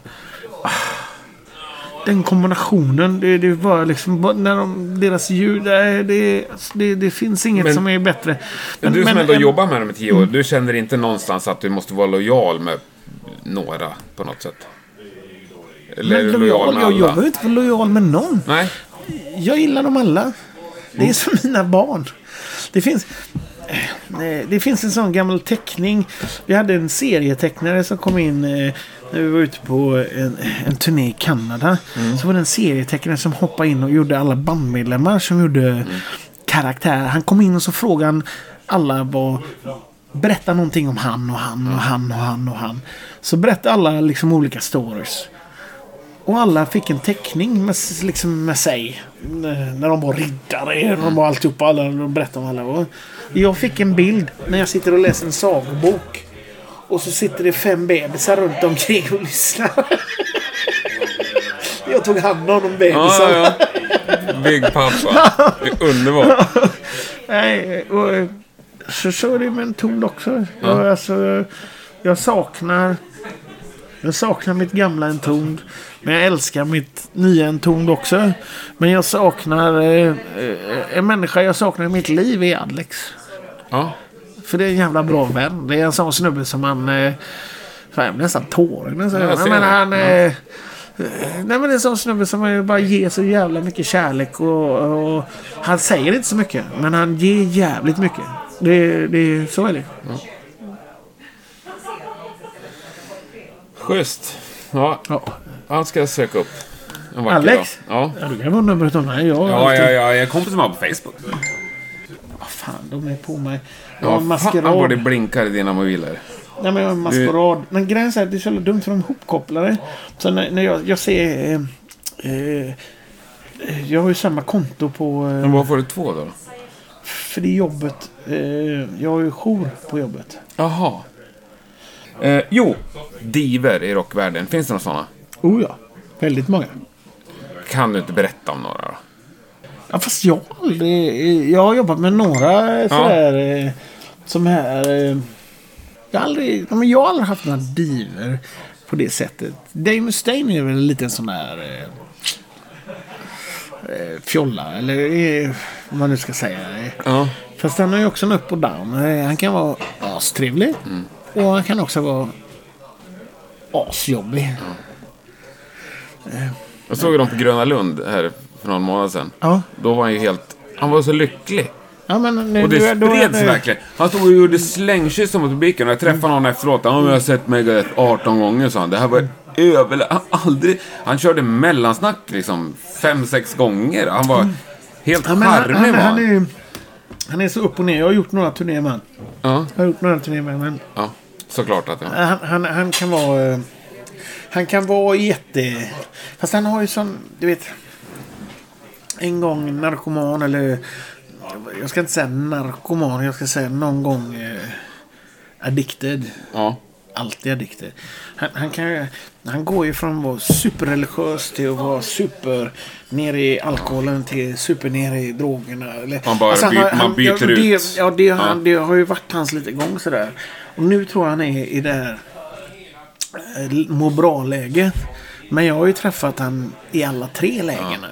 Den kombinationen, det var liksom när deras ljud, det finns inget som är bättre. Men du som ändå jobbar med dem i 10 år, du känner inte någonstans att du måste vara lojal med några på något sätt? Eller lojal med alla? Jag är inte lojal med någon. Nej. Jag gillar dem alla. Det är som mina barn. Det finns en sån gammal teckning. Vi hade en serietecknare som kom in när vi var ute på en turné i Kanada. Så var det en serietecknare som hoppade in och gjorde alla bandmedlemmar som gjorde karaktär. Han kom in och så frågade han alla berätta någonting om han och han och han och han och han. Så berättade alla liksom olika stories. Och alla fick en teckning med sig. När de var riddare. När de var alltihopa. Alla berättade om alla. Jag fick en bild när jag sitter och läser en sagobok. Och så sitter det 5 bebisar runt omkring och lyssnar. Jag tog hand om de bebisar. Ja. Big pappa. Det är underbart. Nej, och så är det med en ton också. Jag saknar mitt gamla Entombed. Men jag älskar mitt nya Entombed också. Men jag saknar en människa jag saknar i mitt liv är Alex. Ja. För det är en jävla bra vän. Det är en sån snubbe som man Så jag blir nästan tårig. Så jag ser men det. han... nej men det är sån snubbe som bara ger så jävla mycket kärlek och han säger inte så mycket. Men han ger jävligt mycket. Det så är det. Schysst. Ja. Han ska söka upp. En vacker Alex? dag. Ja. Du kan vara numret av mig. Ja, jag är kompis med på Facebook. Vad fan, de är på mig. Jag Ja, har fan maskerad. vad det blinkar i dina mobiler. Nej, men jag har en maskerad. Men grejen är att det är så jävla dumt för de är ihopkopplade. Så när jag ser... jag har ju samma konto på... Men vad får du 2 då? För det är jobbet. Jag har ju jour på jobbet. Jaha. Jo, diver i rockvärlden. Finns det några sådana? Oh ja, väldigt många. Kan du inte berätta om några då? Ja, fast jag har jobbat med några sådär som här... jag har aldrig haft några diver på det sättet. Dave Mustaine är väl en liten sån där fjolla, eller vad man nu ska säga. Ja. Fast han har ju också en upp och down. Han kan vara astrevlig och han kan också vara asjobbig. Jag såg dem på Gröna Lund här för någon månad sedan. Ja. Då var han ju helt... Han var så lycklig. Ja, men Och det spreds verkligen. Han stod och gjorde slängkyssar mot publiken. Och jag träffade någon efteråt. Jag har sett Megadeth 18 gånger, sa han. Det här var aldrig... Han körde mellansnack liksom 5-6 gånger. Han var helt charmig. Han är så upp och ner. Jag har gjort några turnéer med Ja. men Ja, såklart att det. han kan vara... Han kan vara jätte... Fast han har ju sån... Du vet... En gång narkoman eller... Jag ska inte säga narkoman. Jag ska säga någon gång... addicted. Ja. Alltid addicted. Han går ju från att vara superreligiös till att vara super ner i alkoholen till super ner i drogerna. Man bara man byter ut. Det har ju varit hans lite gång sådär. Och nu tror jag han är i det här må bra-läget. Men jag har ju träffat han i alla 3 lägena.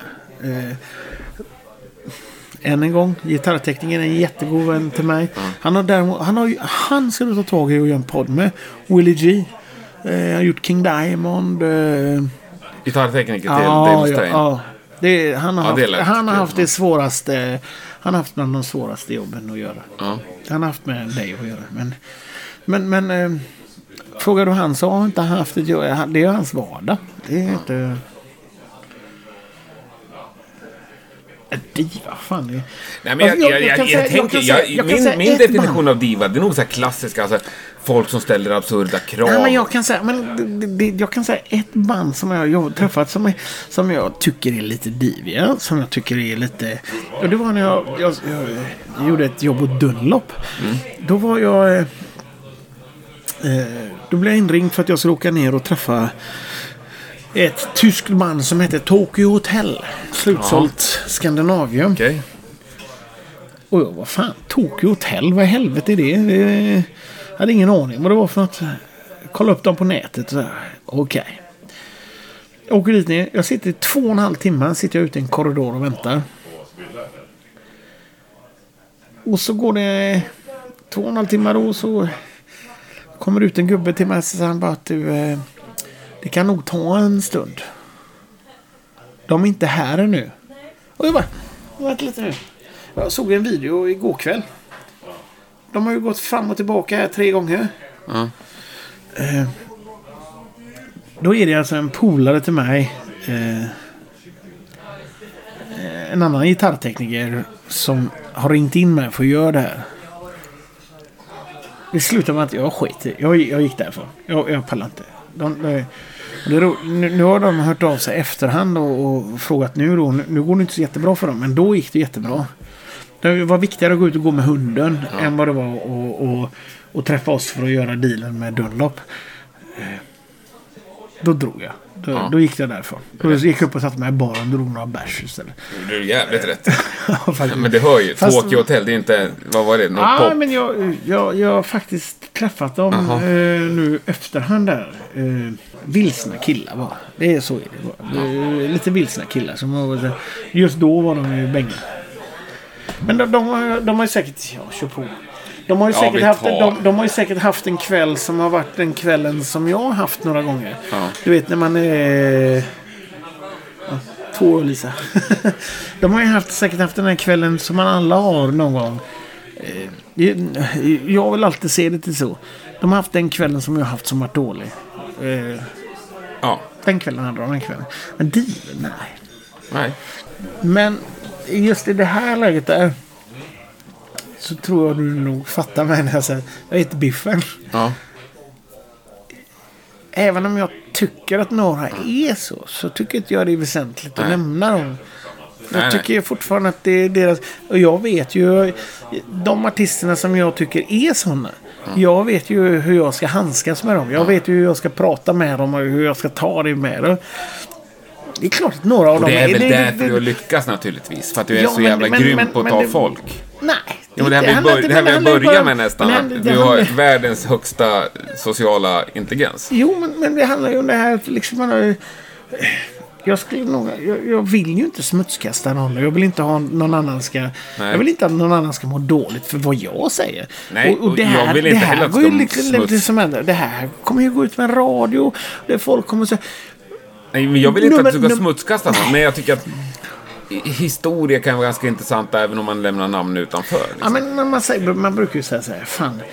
Än en gång, gitarrtekniken är en jättegod vän till mig. Han ska du ta tag i och göra en podd med. Willie G. Han har gjort King Diamond. Gitarrtekniker till Dave Mustaine. Han har haft det svåraste. Han har haft bland de svåraste jobben att göra. Ja. Han har haft med Dave att göra. Men frågar du han så har inte han haft det. Det är hans vardag. Det är inte... Diva, fan det. Nej, men min definition av diva, det är nog så här klassiska, alltså, folk som ställer absurda krav. Nej, men jag kan säga ett band som jag har träffat som jag tycker är lite diviga, som jag tycker är lite... Och det var när jag gjorde ett jobb åt Dunlop. Då var jag... då blev jag inringd för att jag skulle åka ner och träffa ett tyskt band som heter Tokyo Hotel. Slutsålt Skandinavium. Okay. Och jag, vad fan, Tokyo Hotel, vad i helvete är det? Jag hade ingen aning vad det var för något. Kolla upp dem på nätet. Okej. Jag åker dit ner. Jag sitter i 2,5 timmar. Sitter jag ute i en korridor och väntar. Och så går det 2,5 timmar då, så kommer ut en gubbe till mig och säger han bara att du... Det kan nog ta en stund. De är inte här ännu. Och jag bara, vänta lite nu. Jag såg en video igår kväll. De har ju gått fram och tillbaka här 3 gånger. Då är det alltså en polare till mig. En annan gitarrtekniker som har ringt in mig för att göra det här. Det slutade med att jag skit. Jag gick därifrån. Jag pallar inte. Nu har de hört av sig efterhand och frågat nu går det inte så jättebra för dem, men då gick det jättebra. Det var viktigare att gå ut och gå med hunden än vad det var och träffa oss för att göra dealen med Dunlop. Då drog jag. Då gick jag därifrån. Då gick jag upp och satt mig i baren och drog några bärs istället. Du är jävligt rätt. Men det hör ju. Tokyo Hotel, det är inte... Vad var det? Något pop? Men jag har faktiskt träffat dem nu efterhand där. Vilsna killar var. Det är så är det. Lite vilsna killar. Som just då var de ju bänga. Men de har ju säkert kört på. De har ju säkert haft en kväll som har varit den kvällen som jag har haft några gånger. Ja. Du vet när man är... två Lisa. De har ju säkert haft den här kvällen som man alla har någon gång. Jag vill alltid se det till så. De har haft den kvällen som jag har haft som varit dålig. Ja. Den kvällen hade de den kvällen. Men nej. Nej. Men just i det här läget där så tror jag du nog fattar mig när jag säger jag heter Biffen. Ja. Även om jag tycker att några är så tycker inte jag det är väsentligt att nämna dem. Jag tycker fortfarande att det är deras... Och jag vet ju... De artisterna som jag tycker är sådana. Jag vet ju hur jag ska handskas med dem. Jag vet ju hur jag ska prata med dem och hur jag ska ta det med dem. Det är klart att några av dem... Det är väl därför du lyckas naturligtvis. För att du är så jävla grym på att ta folk. Nej. Ja, men det här vill börja med nästan. Du har världens högsta sociala intelligens. Jo, men det handlar ju om det här att liksom jag vill ju inte smutskasta någon. Jag vill inte ha någon annan ska... Jag vill inte att någon annan ska må dåligt för vad jag säger. Nej, och det här, jag vill inte heller att det här kommer ju gå ut med radio. Där folk kommer att säga... Nej, men jag vill inte att du ska smutskasta någon. Men jag tycker att historia kan vara ganska intressant även om man lämnar namn utanför. Liksom. Ja, men man brukar ju säga så här, fan,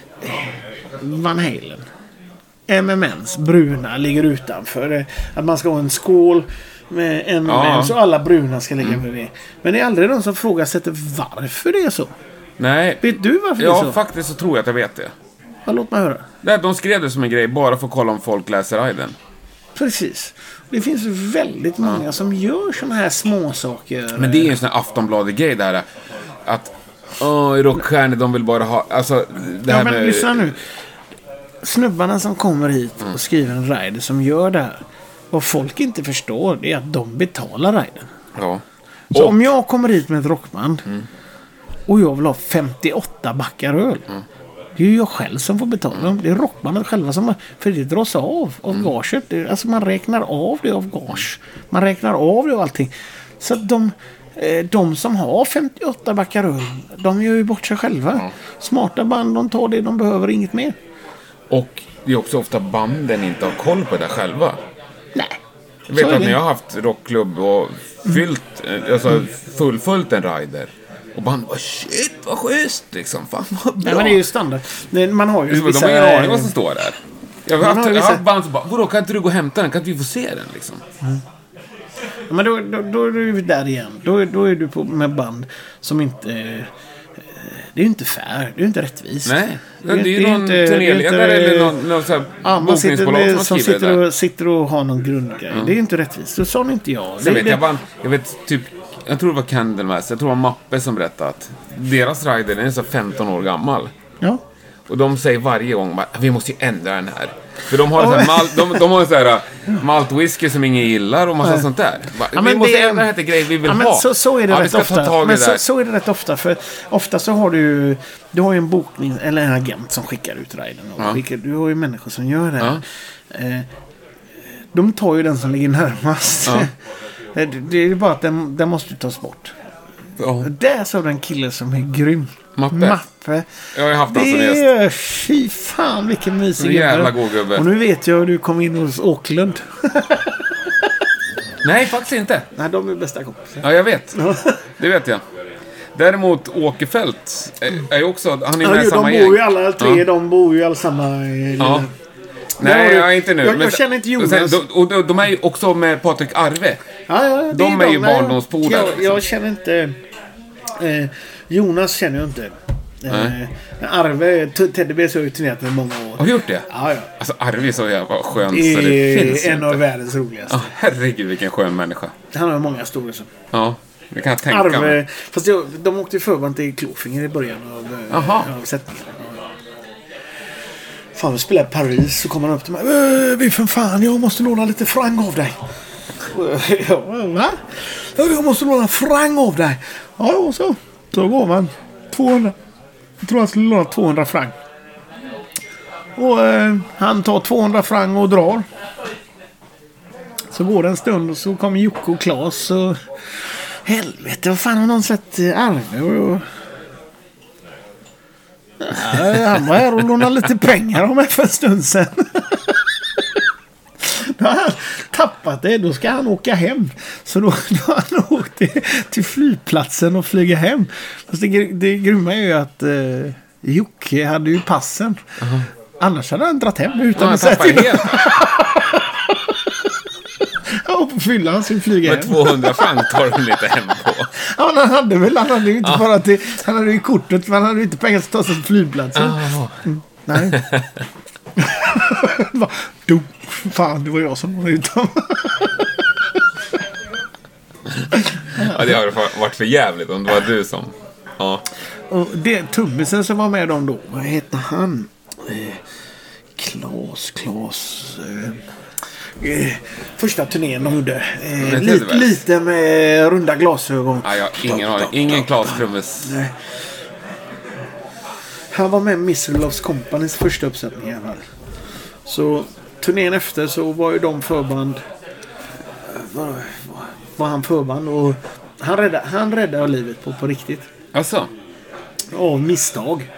Van Halen, MMMs bruna ligger utanför. Att man ska ha en skål med MMMs och alla bruna ska ligga med det. Men det är aldrig någon som frågasätter varför det är så. Nej. Vet du varför det är så? Ja, faktiskt så tror jag att jag vet det. Ja, låt mig höra. De skrev det som en grej bara för att kolla om folk läser Aiden. Precis. Det finns väldigt många som gör såna här små saker. Men det är ju en sån här Aftonbladet-grej där. Att rockstjärnor, de vill bara ha... Alltså, det här men lyssna nu. Snubbarna som kommer hit och skriver en rider som gör det här. Vad folk inte förstår det är att de betalar rider. Ja. Så om jag kommer hit med ett rockband och jag vill ha 58 backar öl. Det är ju jag själv som får betala dem. Det är rockbandet själva som... För det dras av gaget. Alltså man räknar av det av gage. Man räknar av det av allting. Så att de som har 58 backar öl, de gör ju bort sig själva. Smarta band, de tar det, de behöver inget mer. Och det är också ofta banden inte har koll på det själva. Nej. Jag vet att när jag har haft rockklubb och fullföljt en rider. Och band bara, shit, vad schysst, liksom. Fan, vad bra. Ja, men det är ju standard. Man har ju vissa... De har ingen aning vad som står där. Jag har haft band som bara, vadå, kan inte du gå och hämta den? Kan inte vi få se den, liksom? Ja, men då är du där igen. Då är du med band som inte... Det är ju inte fair. Det är ju inte rättvist. Nej, det är ju någon turnéledare eller någon så här bokningsbolag som sitter och har någon grundgrej. Det är ju inte rättvist. Så sa inte jag. Jag vet typ... Jag tror det var Candlemass. Jag tror det var Mappe som berättade att deras rider är så 15 år gammal. Ja. Och de säger varje gång att vi måste ju ändra den här. För de har de har så här malt whisky som ingen gillar och massa sånt där. Vi måste ändra den här grejen vi vill ha. Så är det rätt ofta. Men så är det rätt ofta. För ofta så har du har ju en bokning eller en agent som skickar ut riden. Du har ju människor som gör det. De tar ju den som ligger närmast. Det är bara att den måste tas bort. Där så den killen som är grym. Mappe. Jag har haft den som gäst. Fy fan vilken mysig jävla god gubbe. Och nu vet jag hur du kom in hos Åklund. Nej, faktiskt inte. Nej, de är bästa kompisar. Ja, jag vet. Det vet jag. Däremot Åkerfeldt är ju också... Han är med i samma gäng. De bor ju alla tre. De bor ju alla samma... Nej, inte nu. Jag känner inte Jonas. Och de är ju också med Patrik Arve. Ja, de är ju barndomspolare. Jag känner inte... Jonas känner jag inte. Arve, Teddy B så har ju turnerat med många år. Har du gjort det? Ja. Alltså Arve är så jävla skön så det finns en av världens roligaste. Herregud, vilken skön människa. Han har många stora så. Ja, det kan jag tänka mig. Fast de åkte ju förband till Klofinger i början av sättningen. Fan, vi spelar i Paris så kommer han upp till mig. Biffen, fan, jag måste låna lite frang av dig. Va? Jag måste låna frang av dig. Ja, så går man 200. Jag tror han skulle låna 200 frang. Och han tar 200 frang och drar. Så går det en stund och så kommer Jocke och Claes och... Helvete, vad fan har någon sett Arve? Han var här och lånade lite pengar om för en stund sedan. Då har han tappat det. Då ska han åka hem. Så då har han åkt till flygplatsen och flyga hem. Fast det grymma är ju att Jocke hade ju passen. Annars hade han dratt hem utan att säga till. Ja, på fyllan så flyga hem. Med 200 franc tar de lite hem på. Ja, han hade ju inte bara till, han hade ju kortet, men han hade ju inte pengar att ta sig till flygplatsen. Nej. Fan, det var jag som var utan. Ja, det har varit för jävligt om det var du som. Ja. Och det tummisen som var med dem då, vad heter han? Klas. Första turnén de gjorde. Lite med runda glasögon. Ja, ingen aning. Ingen Klas trummis. Nej. Han var med Mr. Loves Companys första uppsättning i alla fall. Så turnén efter så var ju de förband. Var han förband och han räddade livet på riktigt. Alltså? Av misstag.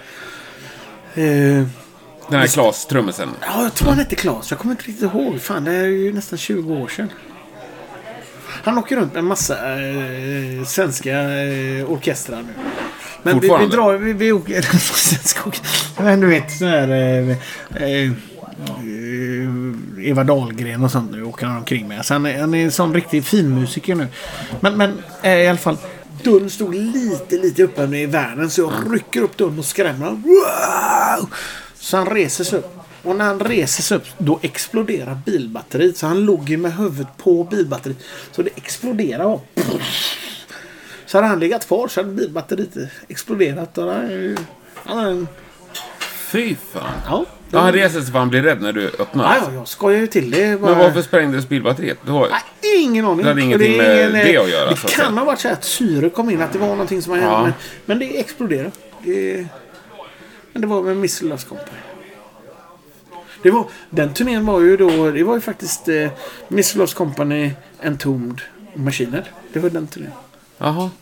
Den här Klas trummisen. Ja, jag tror han hette Klas. Jag kommer inte riktigt ihåg. Fan, det är ju nästan 20 år sedan. Han åker runt med en massa svenska orkestrar nu. Men vi åker men du vet så här Eva Dahlgren och sånt nu åker han omkring med. Så han är en sån riktig finmusiker nu. Men i alla fall dörren stod lite uppe i världen så jag rycker upp dörren och skrämmer honom. Wow! Så han reser sig upp. Och när han reser sig upp då exploderar bilbatteriet. Så han låg ju med huvudet på bilbatteriet. Så det exploderar. Så hade han legat kvar så hade bilbatteriet exploderat. Och Fy fan. Ja. Han reser sig för han blir rädd när du öppnar. Ja, jag skojar ju till det. Men varför sprängdes bilbatteriet? Ingen aning. Det hade ingenting med det att göra. Det kan ha varit så att syre kom in. Att det var någonting som har hänt. Men det exploderade. Men det var med Mr. Loves Company. Den turnén var ju då. Det var ju faktiskt Mr. Loves Company Entombed Maskiner. Det var den turnén. Jaha.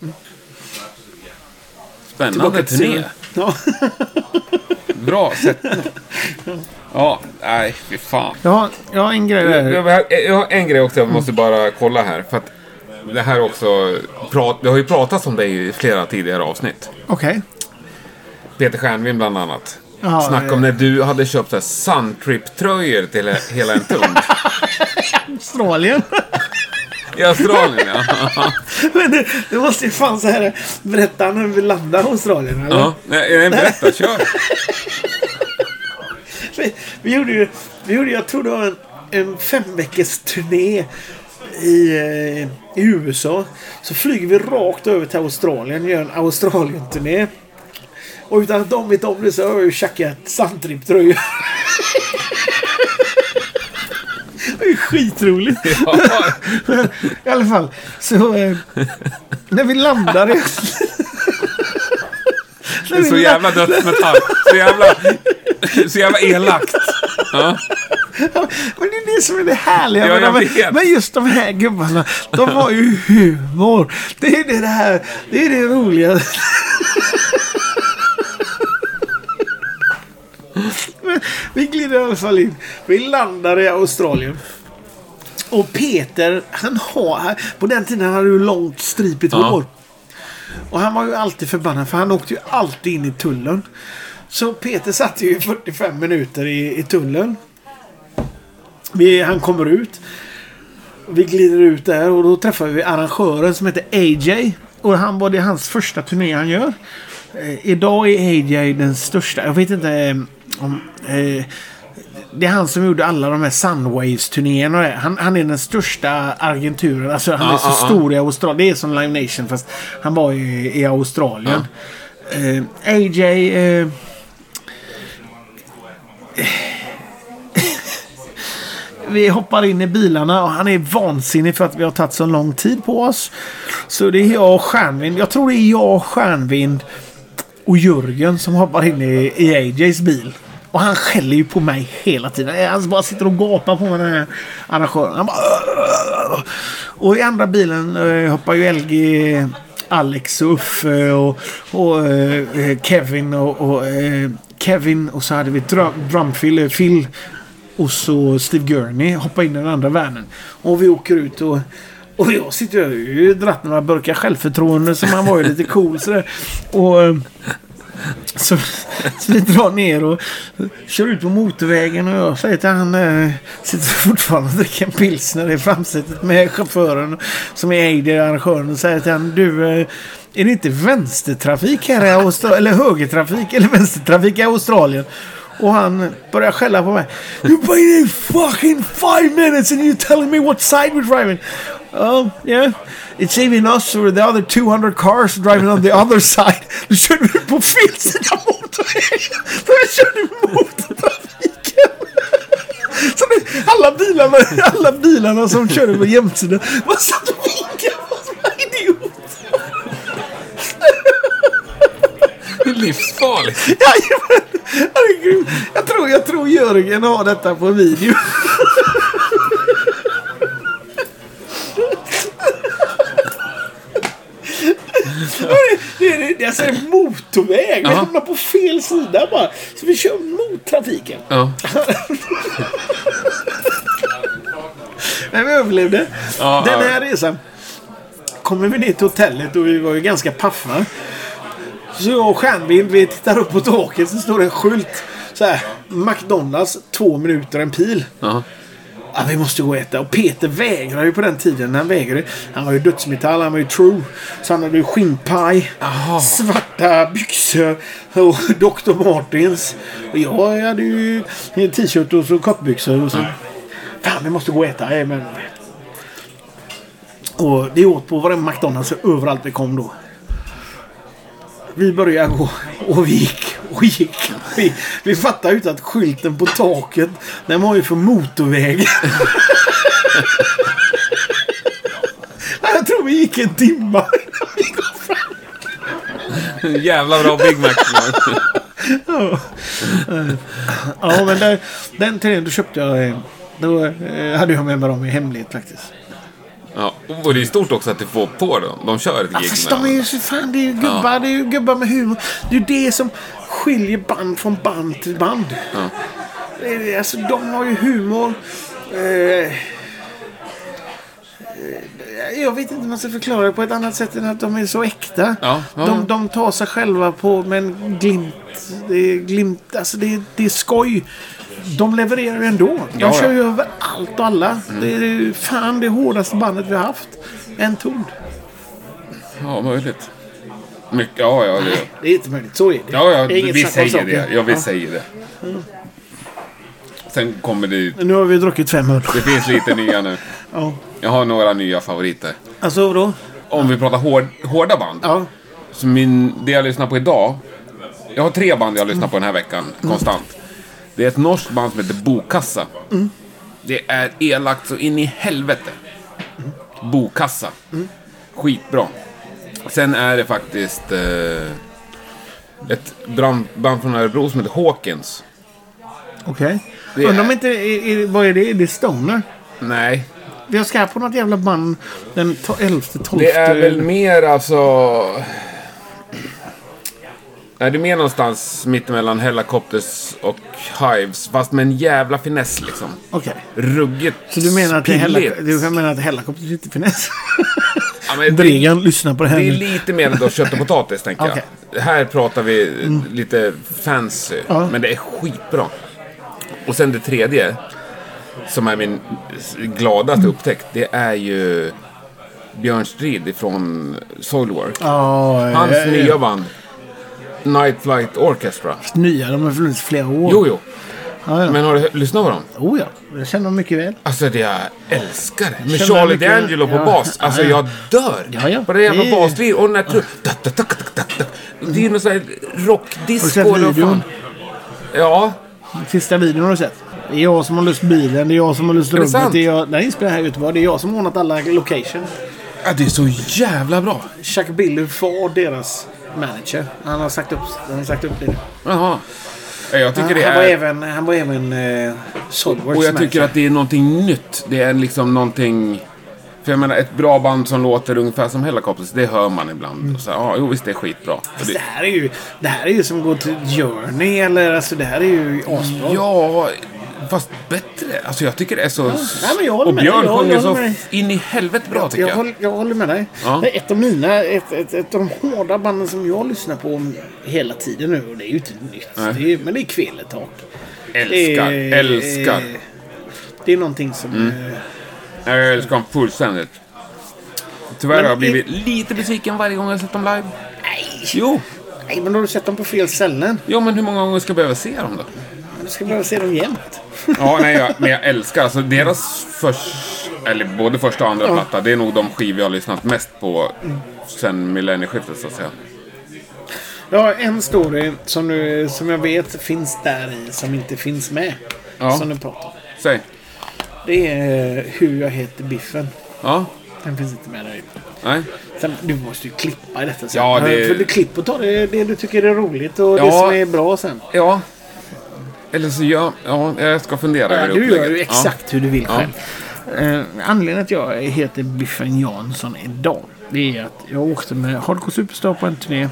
Spännande turné. Ja. Bra sätt. Ja, nej, fy fan. Jag har en grej där. Jag har en grej också, jag måste bara kolla här. För att det här också, vi har ju pratat om det i flera tidigare avsnitt. Okej. Peter Stjärnvin bland annat. Aha, Snacka om när du hade köpt så Suntrip-tröjor till hela en tung. Australien. I Australien, ja. Men det måste ju fan så här berätta när vi landar i Australien, eller? Ja, berätta, kör. Vi gjorde jag tror det var en 5 veckors turné i USA. Så flyger vi rakt över till Australien och gör en Australien-turné. Och utan att de vet om det så har jag ju tjackat Suntrip-tröjor. Det är skitroligt. Ja. I alla fall. Så när vi landar det är så jävla dödsmetall. Så jävla elakt. Ja. Men det är det som är det härliga. Ja, men just de här gubbarna, de har ju humor. Det är det roliga. Men vi glider i alla fall in. Vi landar i Australien. Och Peter, på den tiden hade han ju långt stripigt hår. Och han var ju alltid förbannad för han åkte ju alltid in i tullen. Så Peter satt ju 45 minuter i tullen. Han kommer ut. Vi glider ut där och då träffar vi arrangören som heter AJ. Och det är hans första turné han gör. Idag är AJ den största. Jag vet inte om... det är han som gjorde alla de här Sunwaves-turnéerna. Han är den största agenturen. Alltså han är så stor i Australien. Det är som Live Nation fast han var i Australien. AJ... vi hoppar in i bilarna och han är vansinnig för att vi har tagit så lång tid på oss. Så det är jag och Stjärnvind. Jag tror det är jag, Stjärnvind och Jörgen som hoppar in i AJs bil. Och han skäller ju på mig hela tiden. Han bara sitter och gapar på den här arrangören. Han bara... Och i andra bilen hoppar ju LG Alex och Uffe och Kevin och Kevin och så hade vi Phil och så Steve Gurney hoppar in i den andra världen. Och vi åker ut och jag sitter ju dratt några burkar självförtroende som han var ju lite cool sådär. Och så vi drar ner och kör ut på motorvägen och jag säger till han sitter fortfarande och dricker en pilsner i framsätet med chauffören som är arrangören och säger till han, du, är det inte vänstertrafik här i Australien eller högertrafik eller vänstertrafik i Australien? Och han börjar skälla på mig. You've been in fucking 5 minutes and you're telling me what side we're driving. Oh, yeah. It's even us or the other 200 cars driving on the other side. Du körde vi på fel sida motorvägen. För jag körde mot trafiken. Så nu, alla bilarna som körde på jämsidan var satt och vinkade som en idiot. Det är livsfarligt. Jajamän. Jag tror Jörgen har detta på video. Det är alltså en motorväg. Vi hamnar på fel sida bara. Så vi kör mot trafiken. Ja. Men vi överlevde. Ja, den här resan kommer vi ner till hotellet och vi var ju ganska paffa. Så jag och Stjärnbild, vi tittar upp på taket så står det en skylt så här, McDonalds 2 minuter en pil. Ja. Ja, vi måste gå och äta. Och Peter vägrar ju på den tiden. Han vägrade. Han var ju dödsmetall, han var ju true. Så han hade ju skinnpaj, svarta byxor och Dr. Martins. Och jag hade ju t-shirt och så kortbyxor. Och så. Fan, vi måste gå och äta. Men... Och det åt på varje McDonalds överallt vi kom då. Vi började gå och vi gick. Vi fattade ut att skylten på taket, den var ju för motorväg. Jag tror vi gick en timme innan vi kom fram. Jävla bra Big Mac. Ja, men den tiden då köpte jag, då hade jag med mig dem i hemlighet faktiskt. Ja, och det är stort också att du får på dem. De kör ett gig fast de är ju så fan, det är ju gubbar, det är ju gubbar med humor. Det är ju det som skiljer band från band till band. Ja. Alltså de har ju humor. Jag vet inte om man ska förklara det på ett annat sätt än att de är så äkta. Ja. De tar sig själva på med en glimt. Det är glimt, alltså det är skoj. De levererar ju ändå. De kör ju över allt och alla. Det är fan det hårdaste bandet vi har haft. En ton. Ja, möjligt. Mycket, ja. Det är inte möjligt, så är det. Ja, det är vi säger det. Ja, vi säger det. Sen kommer det... Nu har vi druckit 500. Det finns lite nya nu. Ja. Jag har några nya favoriter. Alltså då? Om vi pratar hårda band. Ja. Så det jag lyssnar på idag... Jag har 3 band jag lyssnar på den här veckan. Konstant. Det är ett norskt band som heter Bokassa. Det är elakt så in i helvete. Bokassa. Skitbra. Sen är det faktiskt ett band från Örebro som heter Hawkins. Okej. Undrar om inte, vad är det? Är det Stoner? Nej. Vi har skapat på något jävla band den 11-12. Det är väl mer alltså... Nej, det är mer någonstans mittemellan Helicopters och Hives. Fast med en jävla finess liksom. Okej. Ruggigt. Så du menar att det är Helicopters lite finess? Ja, Dregan, lyssna på det här. Det är lite mer än då kött och potatis, tänker jag. Här pratar vi lite fancy. Ja. Men det är skitbra. Och sen det tredje, som är min gladaste upptäckt, det är ju Björn Strid från Soilwork. Hans nya band Night Flight Orchestra. Nya, de har funnits flera år. Jo. Ja. Men har du lyssnat på dem? Ja, jag känner dem mycket väl. Alltså det jag älskar det. Med Charlie D'Angelo på bas. Alltså jag dör. På det jävla basliv. Och den här det är någon sån här rockdisco. Har du sett videon? Ja. Sista videon har du sett? Det är jag som har löst bilen. Det är jag som har löst rummet. Det är jag, den inspelad här i Göteborg. Det är jag som har ordnat alla location. Ja, det är så jävla bra. Chuck Billy var deras manager. Han har sagt upp det. Jaha. Jag tycker det är... Han var även Soilworks. Och jag tycker att det är någonting nytt. Det är liksom någonting... För jag menar, ett bra band som låter ungefär som Hellacopters, det hör man ibland. Och så, jo visst, det är skitbra. Fast det här är ju som att gå till Journey, eller alltså det här är ju asbra. Ja, fast bättre. Alltså jag tycker det är så... Nej, men jag håller och med Björn dig. sjunger så med in i helvete bra, tycker jag. Jag håller med dig. Ja. Det är ett av mina, ett av de hårda banden som jag lyssnar på hela tiden nu. Och det är ju inte nytt. Men det är Kvelertak. Älskar. Det är någonting som... Jag älskar dem fullständigt. Tyvärr har jag blivit lite besviken varje gång jag sett dem live. Nej! Jo. Nej, men då har du sett dem på fel ställen. Jo, men hur många gånger ska jag behöva se dem då? Du ska behöva se dem jämt. Ja, nej, men jag älskar alltså deras både första och andra platta. Det är nog de skivor jag har lyssnat mest på sen millennieskiftet, så att säga. Ja, en story som jag vet finns där i, som inte finns med. Ja. Som du pratar om. Säg. Det är hur jag heter Biffen. Ja. Den finns inte med där i. Nej. Sen, du måste ju klippa i detta sen. Ja, det... För du klipper och tar det du tycker är roligt och det som är bra sen. Ja. Eller så jag ska fundera över du gör ju exakt hur du vill själv. Anledningen att jag heter Biffen Jansson idag, det är att jag åkte med Hardcore Superstar på en turné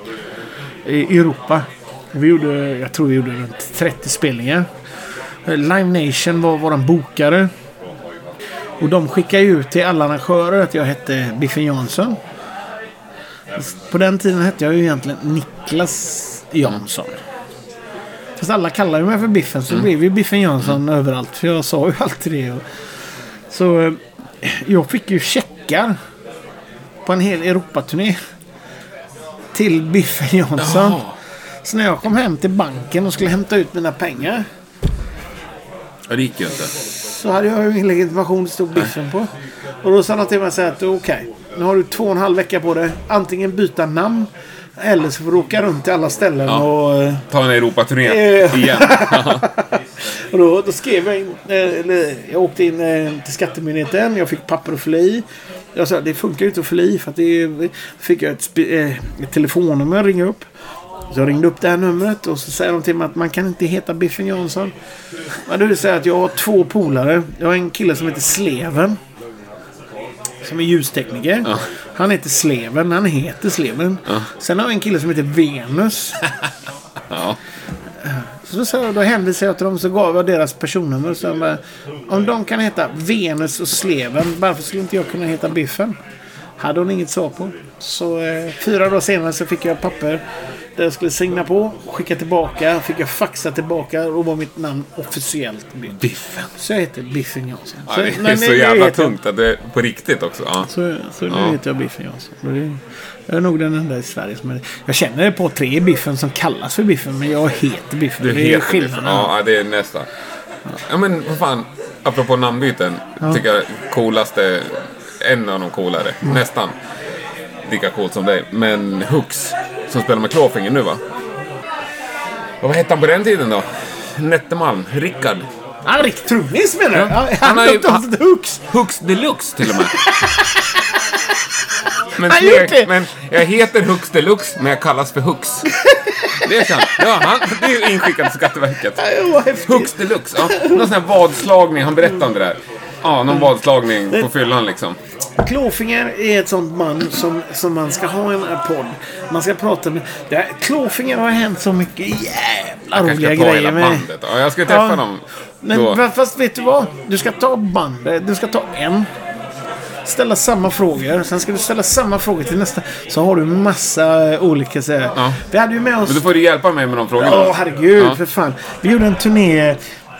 i Europa. Jag tror vi gjorde runt 30 spelningar. Live Nation var våran bokare. Och de skickade ut till alla arrangörer att jag hette Biffen Jansson. På den tiden hette jag ju egentligen Niklas Jansson. Fast alla kallar ju mig för Biffen, så det blev ju Biffen Jansson överallt. För jag sa ju alltid det. Så jag fick ju checkar på en hel Europaturné till Biffen Jansson. Så när jag kom hem till banken och skulle hämta ut mina pengar, det gick ju inte. så hade jag ju ingen legitimation, stod Biffen på. Och då sa han till mig så här att okej, nu har du 2,5 veckor på det. Antingen byta namn eller så får du åka runt till alla ställen och... Ta en Europaturné igen. Och då skrev jag in... jag åkte in till Skattemyndigheten. Jag fick papper att fylla i. Jag sa, det funkar ju inte att fylla i, för att det fick jag ett telefonnummer att ringa upp. Så jag ringde upp det här numret och så säger de till mig att man kan inte heta Biffen Jansson. Men det vill säga att jag har 2 polare. Jag har en kille som heter Sleven, som är ljustekniker. Han heter Sleven. Han heter Sleven. Sen har jag en kille som heter Venus. Så då hänvisade jag till dem, så gav jag deras personnummer. Så bara, om de kan heta Venus och Sleven, varför skulle inte jag kunna heta Biffen? Hade hon inget svar på. Så 4 dagar senare så fick jag papper där jag skulle signa på, skicka tillbaka, fick jag faxa tillbaka och var mitt namn officiellt Biffen. Så jag heter Biffen Jansson. Ja, det är så jävla tungt att det är på riktigt också. Ja. Så nu heter jag Biffen Jansson. Jag är nog den enda i Sverige som jag känner på 3 Biffen som kallas för Biffen, men jag heter Biffen. Det är skillnaden. Ja, det är nästa. Ja, men vad fan, apropå namnbyten, tycker jag coolaste, en av de coolare, nästan lika coolt som dig, men Hux som spelar med Clawfinger nu, va? Och vad hette han på den tiden då? Nettemalm, Rickard. Rick Trummis menar du? Ja. Han har ju Hux Deluxe till och med. Men jag heter Hux Deluxe, men jag kallas för Hux. Det är sant. Ja, det är ju inskickat till Skatteverket. Hux Deluxe. Ja. Någon sån här vadslagning, han berättade om det där. Ja, någon vadslagning på fyllan liksom. Clawfinger är ett sånt man som man ska ha en podd. Man ska prata med. Clawfinger har hänt så mycket jävla roliga grejer med. Bandet. Ja, jag ska träffa dem. Men fast vet du vad? Du ska ta bandet. Du ska ta en. Ställa samma frågor. Sen ska du ställa samma frågor till nästa. Så har du massa olika säger. Ja. Vi hade ju med oss. Men då får du hjälpa mig med de frågorna. Ja, herregud, för fan. Vi gjorde en turné.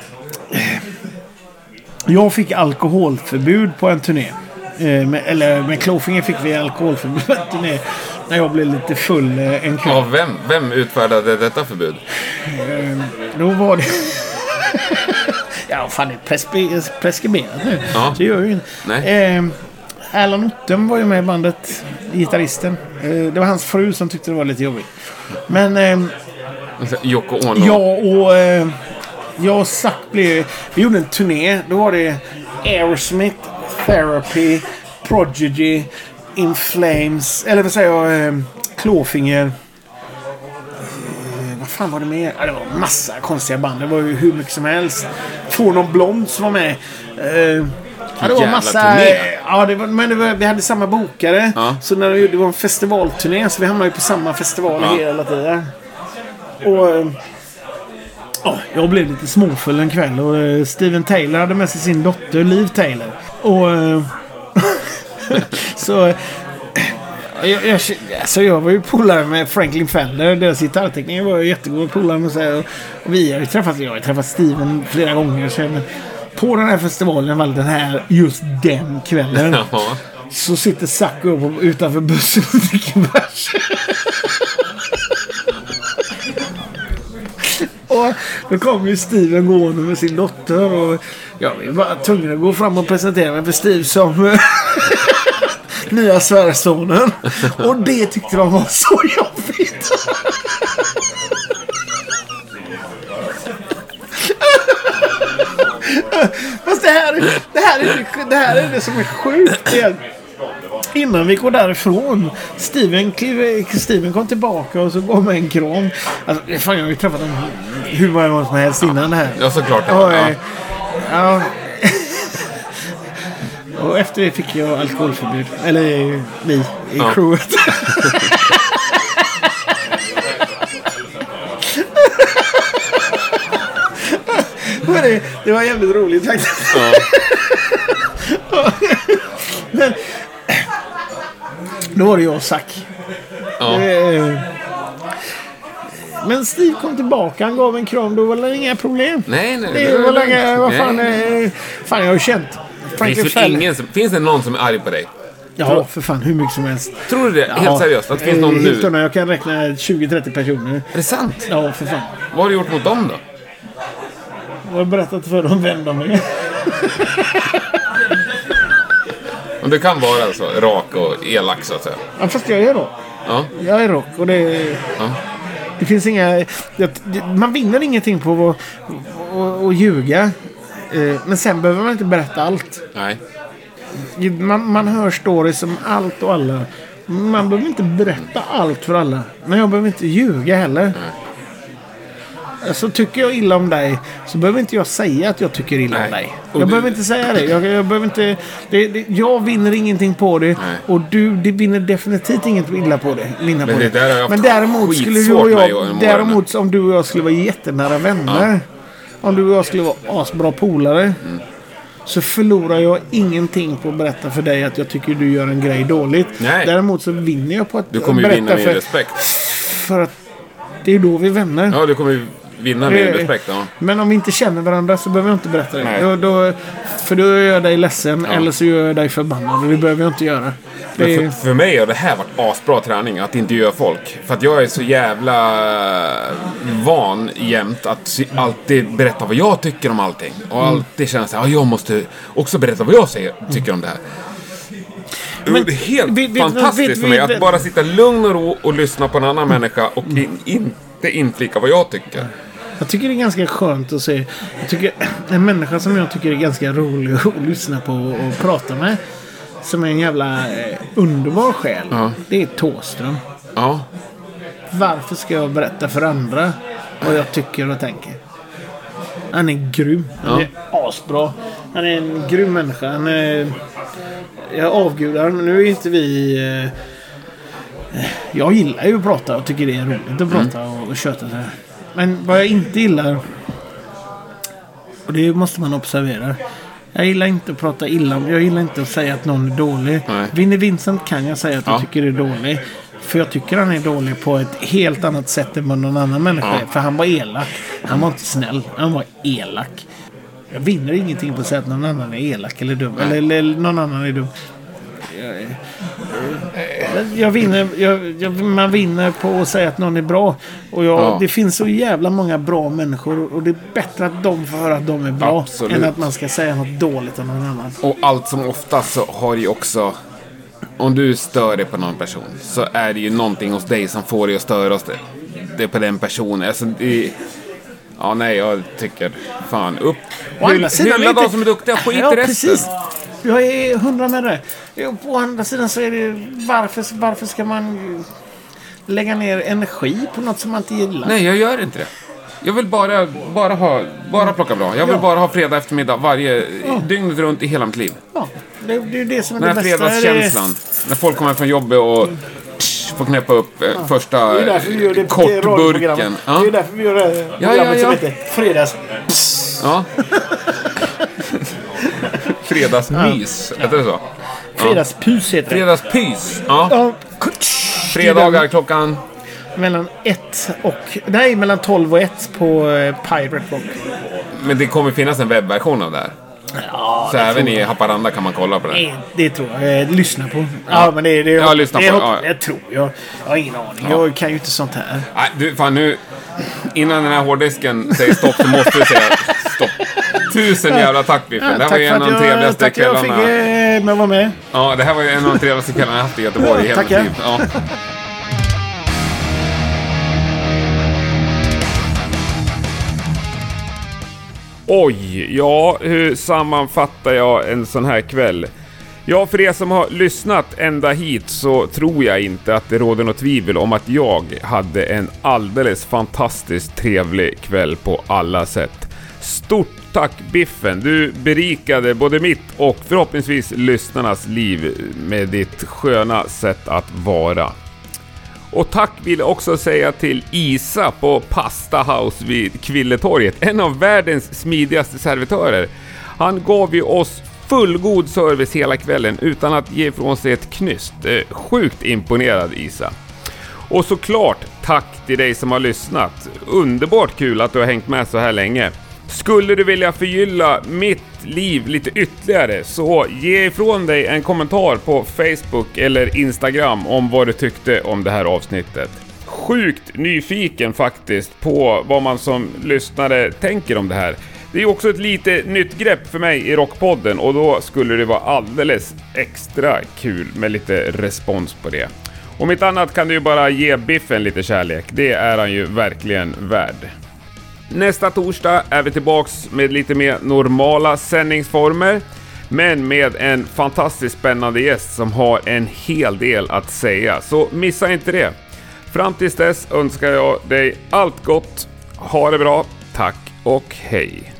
Jag fick alkoholförbud på en turné. Med Clawfinger fick vi alkoholförbud på en turné när jag blev lite full en kväll. Ja, vem utfärdade detta förbud? Då var det... ja, fan, det är preskriberat nu. Ja. Så gör ju inte. Alan Ottem var ju med i bandet, gitarristen. Det var hans fru som tyckte det var lite jobbigt. Men... Yoko Ono. Ja, och... jag och Zack vi gjorde en turné. Då var det Aerosmith, Therapy, Prodigy, In Flames, eller vad säger jag, Clawfinger. Vad fan var det mer? Ja, det var massa konstiga band. Det var ju hur mycket som helst. Får någon blond som var med. Ja, det var massa. Ja, vi hade samma bokare. Ja. Så när det var en festivalturné så vi hamnade ju på samma festival hela tiden. Och jag blev lite småfull en kväll och Steven Taylor hade med sig sin dotter Liv Taylor. Och så jag var ju polare med Franklin Fender. Deras gitarrtekniker var ju jättegod polare med sig. Och vi har ju träffat Steven flera gånger sen. På den här festivalen var just den kvällen. Så sitter Sacco utanför bussen och dricker bärs. Och då kom ju Steven gående med sin dotter. Och jag var tvungen att gå fram och presentera mig för Steve som nya svärsonen. Och det tyckte de var så jobbigt. Fast det här är det som är sjukt. Innan vi går därifrån, Steven kom tillbaka och så gav mig en kram. Alltså, fan, jag har ju träffat dem hur många gånger som helst innan det här. Ja, såklart. Ja. Och efter det fick jag alkoholförbud. Eller vi i crewet. Det var jävligt roligt faktiskt. Men då var det jag och Zack. Men Steve kom tillbaka, han gav en kram, då var det inga problem. Nej. Det var länge, vad fan, jag har ju känt. Finns det någon som är arg på dig? Ja, för fan, hur mycket som helst. Tror du det? Helt seriöst? Att det finns någon nu? Jag kan räkna 20-30 personer. Är det sant? Ja, för fan. Vad har du gjort mot dem då? Jag har berättat för dem vem de är. Men det kan vara alltså rak och elak så att säga. Ja, fast jag är rak. Ja. Jag är rak och det... Ja. Det finns inga... Man vinner ingenting på att ljuga. Men sen behöver man inte berätta allt. Nej. Man hör stories om allt och alla. Man behöver inte berätta allt för alla. Men jag behöver inte ljuga heller. Nej. Så tycker jag illa om dig, så behöver inte jag säga att jag tycker illa om dig. Jag behöver inte säga det. Jag behöver inte... jag vinner ingenting på det. Nej. Och det vinner definitivt inget illa på det. Men däremot skulle däremot om du och jag skulle vara jättenära vänner. Om du och jag skulle vara asbra polare. Så förlorar jag ingenting på att berätta för dig att jag tycker du gör en grej dåligt. Nej. Däremot så vinner jag på att du kommer ju vinna med respekt. För att det är då vi är vänner. Ja, du kommer ju vinna med respekt. Ja. Men om vi inte känner varandra så behöver jag inte berätta det. För då gör jag dig ledsen eller så gör jag dig förbannad. Och det behöver jag inte göra. För mig har det här varit asbra träning att intervjua folk. För att jag är så jävla van jämt att alltid berätta vad jag tycker om allting. Och alltid känna så här, jag måste också berätta vad jag tycker om det här. Men, det är helt fantastiskt för mig att bara sitta lugn och ro och lyssna på en annan människa och inte inflika vad jag tycker. Jag tycker det är ganska skönt att se. Jag tycker en människa som jag tycker är ganska rolig att lyssna på och prata med, som är en jävla underbar själ. Det är Thåström. Ja. Varför ska jag berätta för andra vad jag tycker och tänker? Han är grym. Han är asbra. Han är en grym människa. Jag avgudar, men nu är inte vi... jag gillar ju att prata och tycker det är roligt att prata och köta så här. Men vad jag inte gillar, och det måste man observera, jag gillar inte att prata illa om. Jag gillar inte att säga att någon är dålig. Vinnie Vincent kan jag säga att jag tycker är dålig. För jag tycker han är dålig på ett helt annat sätt än vad någon annan människa är. För han var elak. Han var inte snäll. Han var elak. Jag vinner ingenting på att säga att någon annan är elak eller dum. Eller någon annan är dum. Man vinner på att säga att någon är bra. Och det finns så jävla många bra människor. Och det är bättre att de får höra att de är bra. Absolut. Än att man ska säga något dåligt om någon annan. Och allt som oftast så har ju också... Om du stör dig på någon person så är det ju någonting hos dig som får dig att störa oss det på den personen. Alltså jag tycker fan upp. Hylla de som är duktiga, skit i resten. Precis. Jag är 100 med det. På andra sidan så är det varför ska man lägga ner energi på något som man inte gillar? Nej, jag gör inte det. Jag vill bara plocka bra. Jag vill bara ha fredag eftermiddag varje dygnet runt i hela mitt liv. Ja. Det är det som är Den det här bästa. fredagskänslan. När folk kommer från jobbet och får knäppa upp första Det är därför vi gör det på kortburken. Det är därför vi gör det programmet som heter Fredags. Ja. Fredagsmys, heter det så? Fredagspys heter det. Fredagspys, ja. Ja. Fredagar klockan... Mellan 12 och 1 på Pirate Rock. Men det kommer finnas en webbversion av det här. Ja, så även i Haparanda kan man kolla på det. Nej, det tror jag. Lyssna på. Ja, men det lyssna på. Det tror jag. Jag har ingen aning. Ja. Jag kan ju inte sånt här. Nej, du, fan nu... Innan den här hårddisken säger stopp så måste du säga stopp. 1000 jävla tack, Biffen. Det här var ju en av de trevligaste kvällarna. Tack för att jag fick vara med. Ja, det här var ju en av de trevligaste kvällarna jag haft i Göteborg i hela mitt liv. Ja. Oj, ja, hur sammanfattar jag en sån här kväll? Ja, för er som har lyssnat ända hit så tror jag inte att det råder något tvivel om att jag hade en alldeles fantastiskt trevlig kväll på alla sätt. Stort tack, Biffen, du berikade både mitt och förhoppningsvis lyssnarnas liv med ditt sköna sätt att vara. Och tack vill jag också säga till Isa på Pasta House vid Kvilletorget, en av världens smidigaste servitörer. Han gav ju oss fullgod service hela kvällen utan att ge ifrån sig ett knyst. Sjukt imponerad, Isa. Och såklart tack till dig som har lyssnat. Underbart kul att du har hängt med så här länge. Skulle du vilja förgylla mitt liv lite ytterligare så ge ifrån dig en kommentar på Facebook eller Instagram om vad du tyckte om det här avsnittet. Sjukt nyfiken faktiskt på vad man som lyssnare tänker om det här. Det är också ett lite nytt grepp för mig i Rockpodden och då skulle det vara alldeles extra kul med lite respons på det. Om inte annat kan du ju bara ge Biffen lite kärlek. Det är han ju verkligen värd. Nästa torsdag är vi tillbaks med lite mer normala sändningsformer, men med en fantastiskt spännande gäst som har en hel del att säga. Så missa inte det. Fram tills dess önskar jag dig allt gott. Ha det bra. Tack och hej.